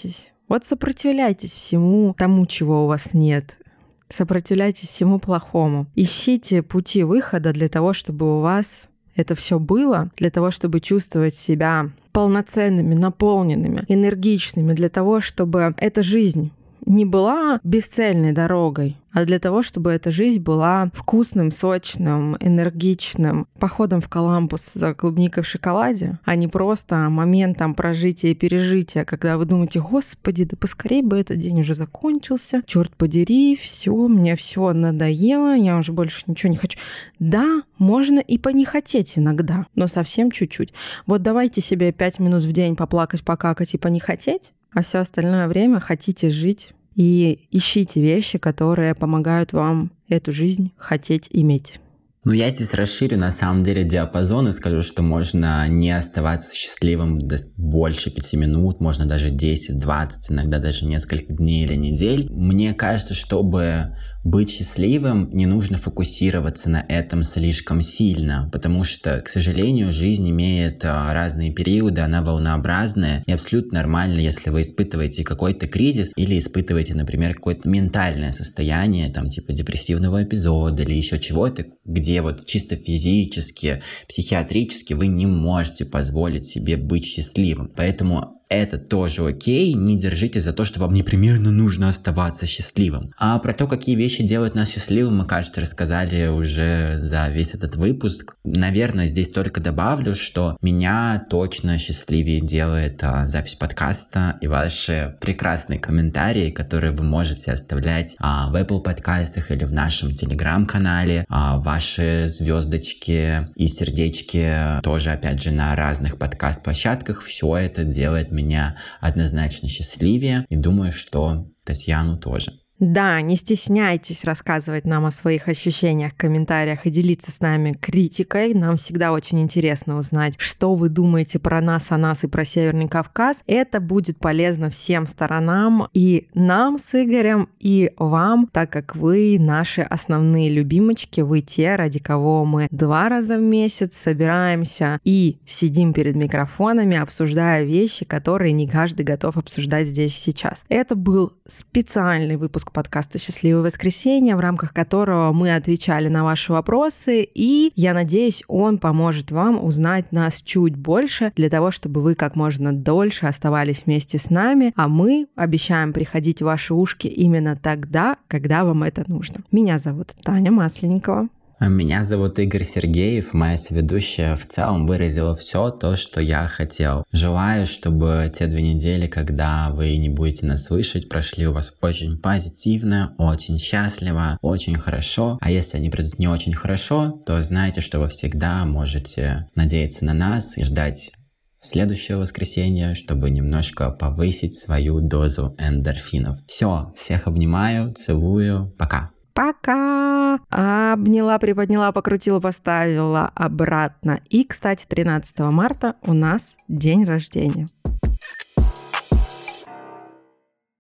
Вот сопротивляйтесь всему тому, чего у вас нет. Сопротивляйтесь всему плохому. Ищите пути выхода для того, чтобы у вас это все было, для того, чтобы чувствовать себя полноценными, наполненными, энергичными, для того, чтобы эта жизнь не была бесцельной дорогой, а для того, чтобы эта жизнь была вкусным, сочным, энергичным походом в Коламбус за клубникой в шоколаде, а не просто моментом прожития и пережития, когда вы думаете: господи, да поскорей бы этот день уже закончился, черт подери, все, мне все надоело, я уже больше ничего не хочу. Да, можно и понехотеть иногда, но совсем чуть-чуть. Вот давайте себе 5 минут в день поплакать, покакать и понехотеть, а все остальное время хотите жить и ищите вещи, которые помогают вам эту жизнь хотеть иметь. Ну, я здесь расширю, на самом деле, диапазон и скажу, что можно не оставаться счастливым больше 5 минут, можно даже 10, 20, иногда даже несколько дней или недель. Мне кажется, чтобы быть счастливым, не нужно фокусироваться на этом слишком сильно, потому что, к сожалению, жизнь имеет разные периоды, она волнообразная, и абсолютно нормально, если вы испытываете какой-то кризис или испытываете, например, какое-то ментальное состояние, там, типа депрессивного эпизода или еще чего-то, где вот чисто физически, психиатрически вы не можете позволить себе быть счастливым. Поэтому это тоже окей, не держите за то, что вам непременно нужно оставаться счастливым. А про то, какие вещи делают нас счастливым, мы, кажется, рассказали уже за весь этот выпуск. Наверное, здесь только добавлю, что меня точно счастливее делает запись подкаста и ваши прекрасные комментарии, которые вы можете оставлять в Apple подкастах или в нашем Telegram-канале, ваши звездочки и сердечки тоже, опять же, на разных подкаст-площадках. Все это делает меня однозначно счастливее, и думаю, что Татьяну тоже. Да, не стесняйтесь рассказывать нам о своих ощущениях в комментариях и делиться с нами критикой. Нам всегда очень интересно узнать, что вы думаете про нас, о нас и про Северный Кавказ. Это будет полезно всем сторонам, и нам с Игорем, и вам, так как вы наши основные любимочки, вы те, ради кого мы 2 раза в месяц собираемся и сидим перед микрофонами, обсуждая вещи, которые не каждый готов обсуждать здесь и сейчас. Это был специальный выпуск подкаста «Счастливое воскресенье», в рамках которого мы отвечали на ваши вопросы, и я надеюсь, он поможет вам узнать нас чуть больше, для того, чтобы вы как можно дольше оставались вместе с нами, а мы обещаем приходить в ваши ушки именно тогда, когда вам это нужно. Меня зовут Таня Масленникова. Меня зовут Игорь Сергеев, моя соведущая в целом выразила все то, что я хотел. Желаю, чтобы те 2 недели, когда вы не будете нас слышать, прошли у вас очень позитивно, очень счастливо, очень хорошо. А если они придут не очень хорошо, то знайте, что вы всегда можете надеяться на нас и ждать следующего воскресенья, чтобы немножко повысить свою дозу эндорфинов. Все, всех обнимаю, целую, пока. Пока! Обняла, приподняла, покрутила, поставила обратно. И, кстати, 13 марта у нас день рождения.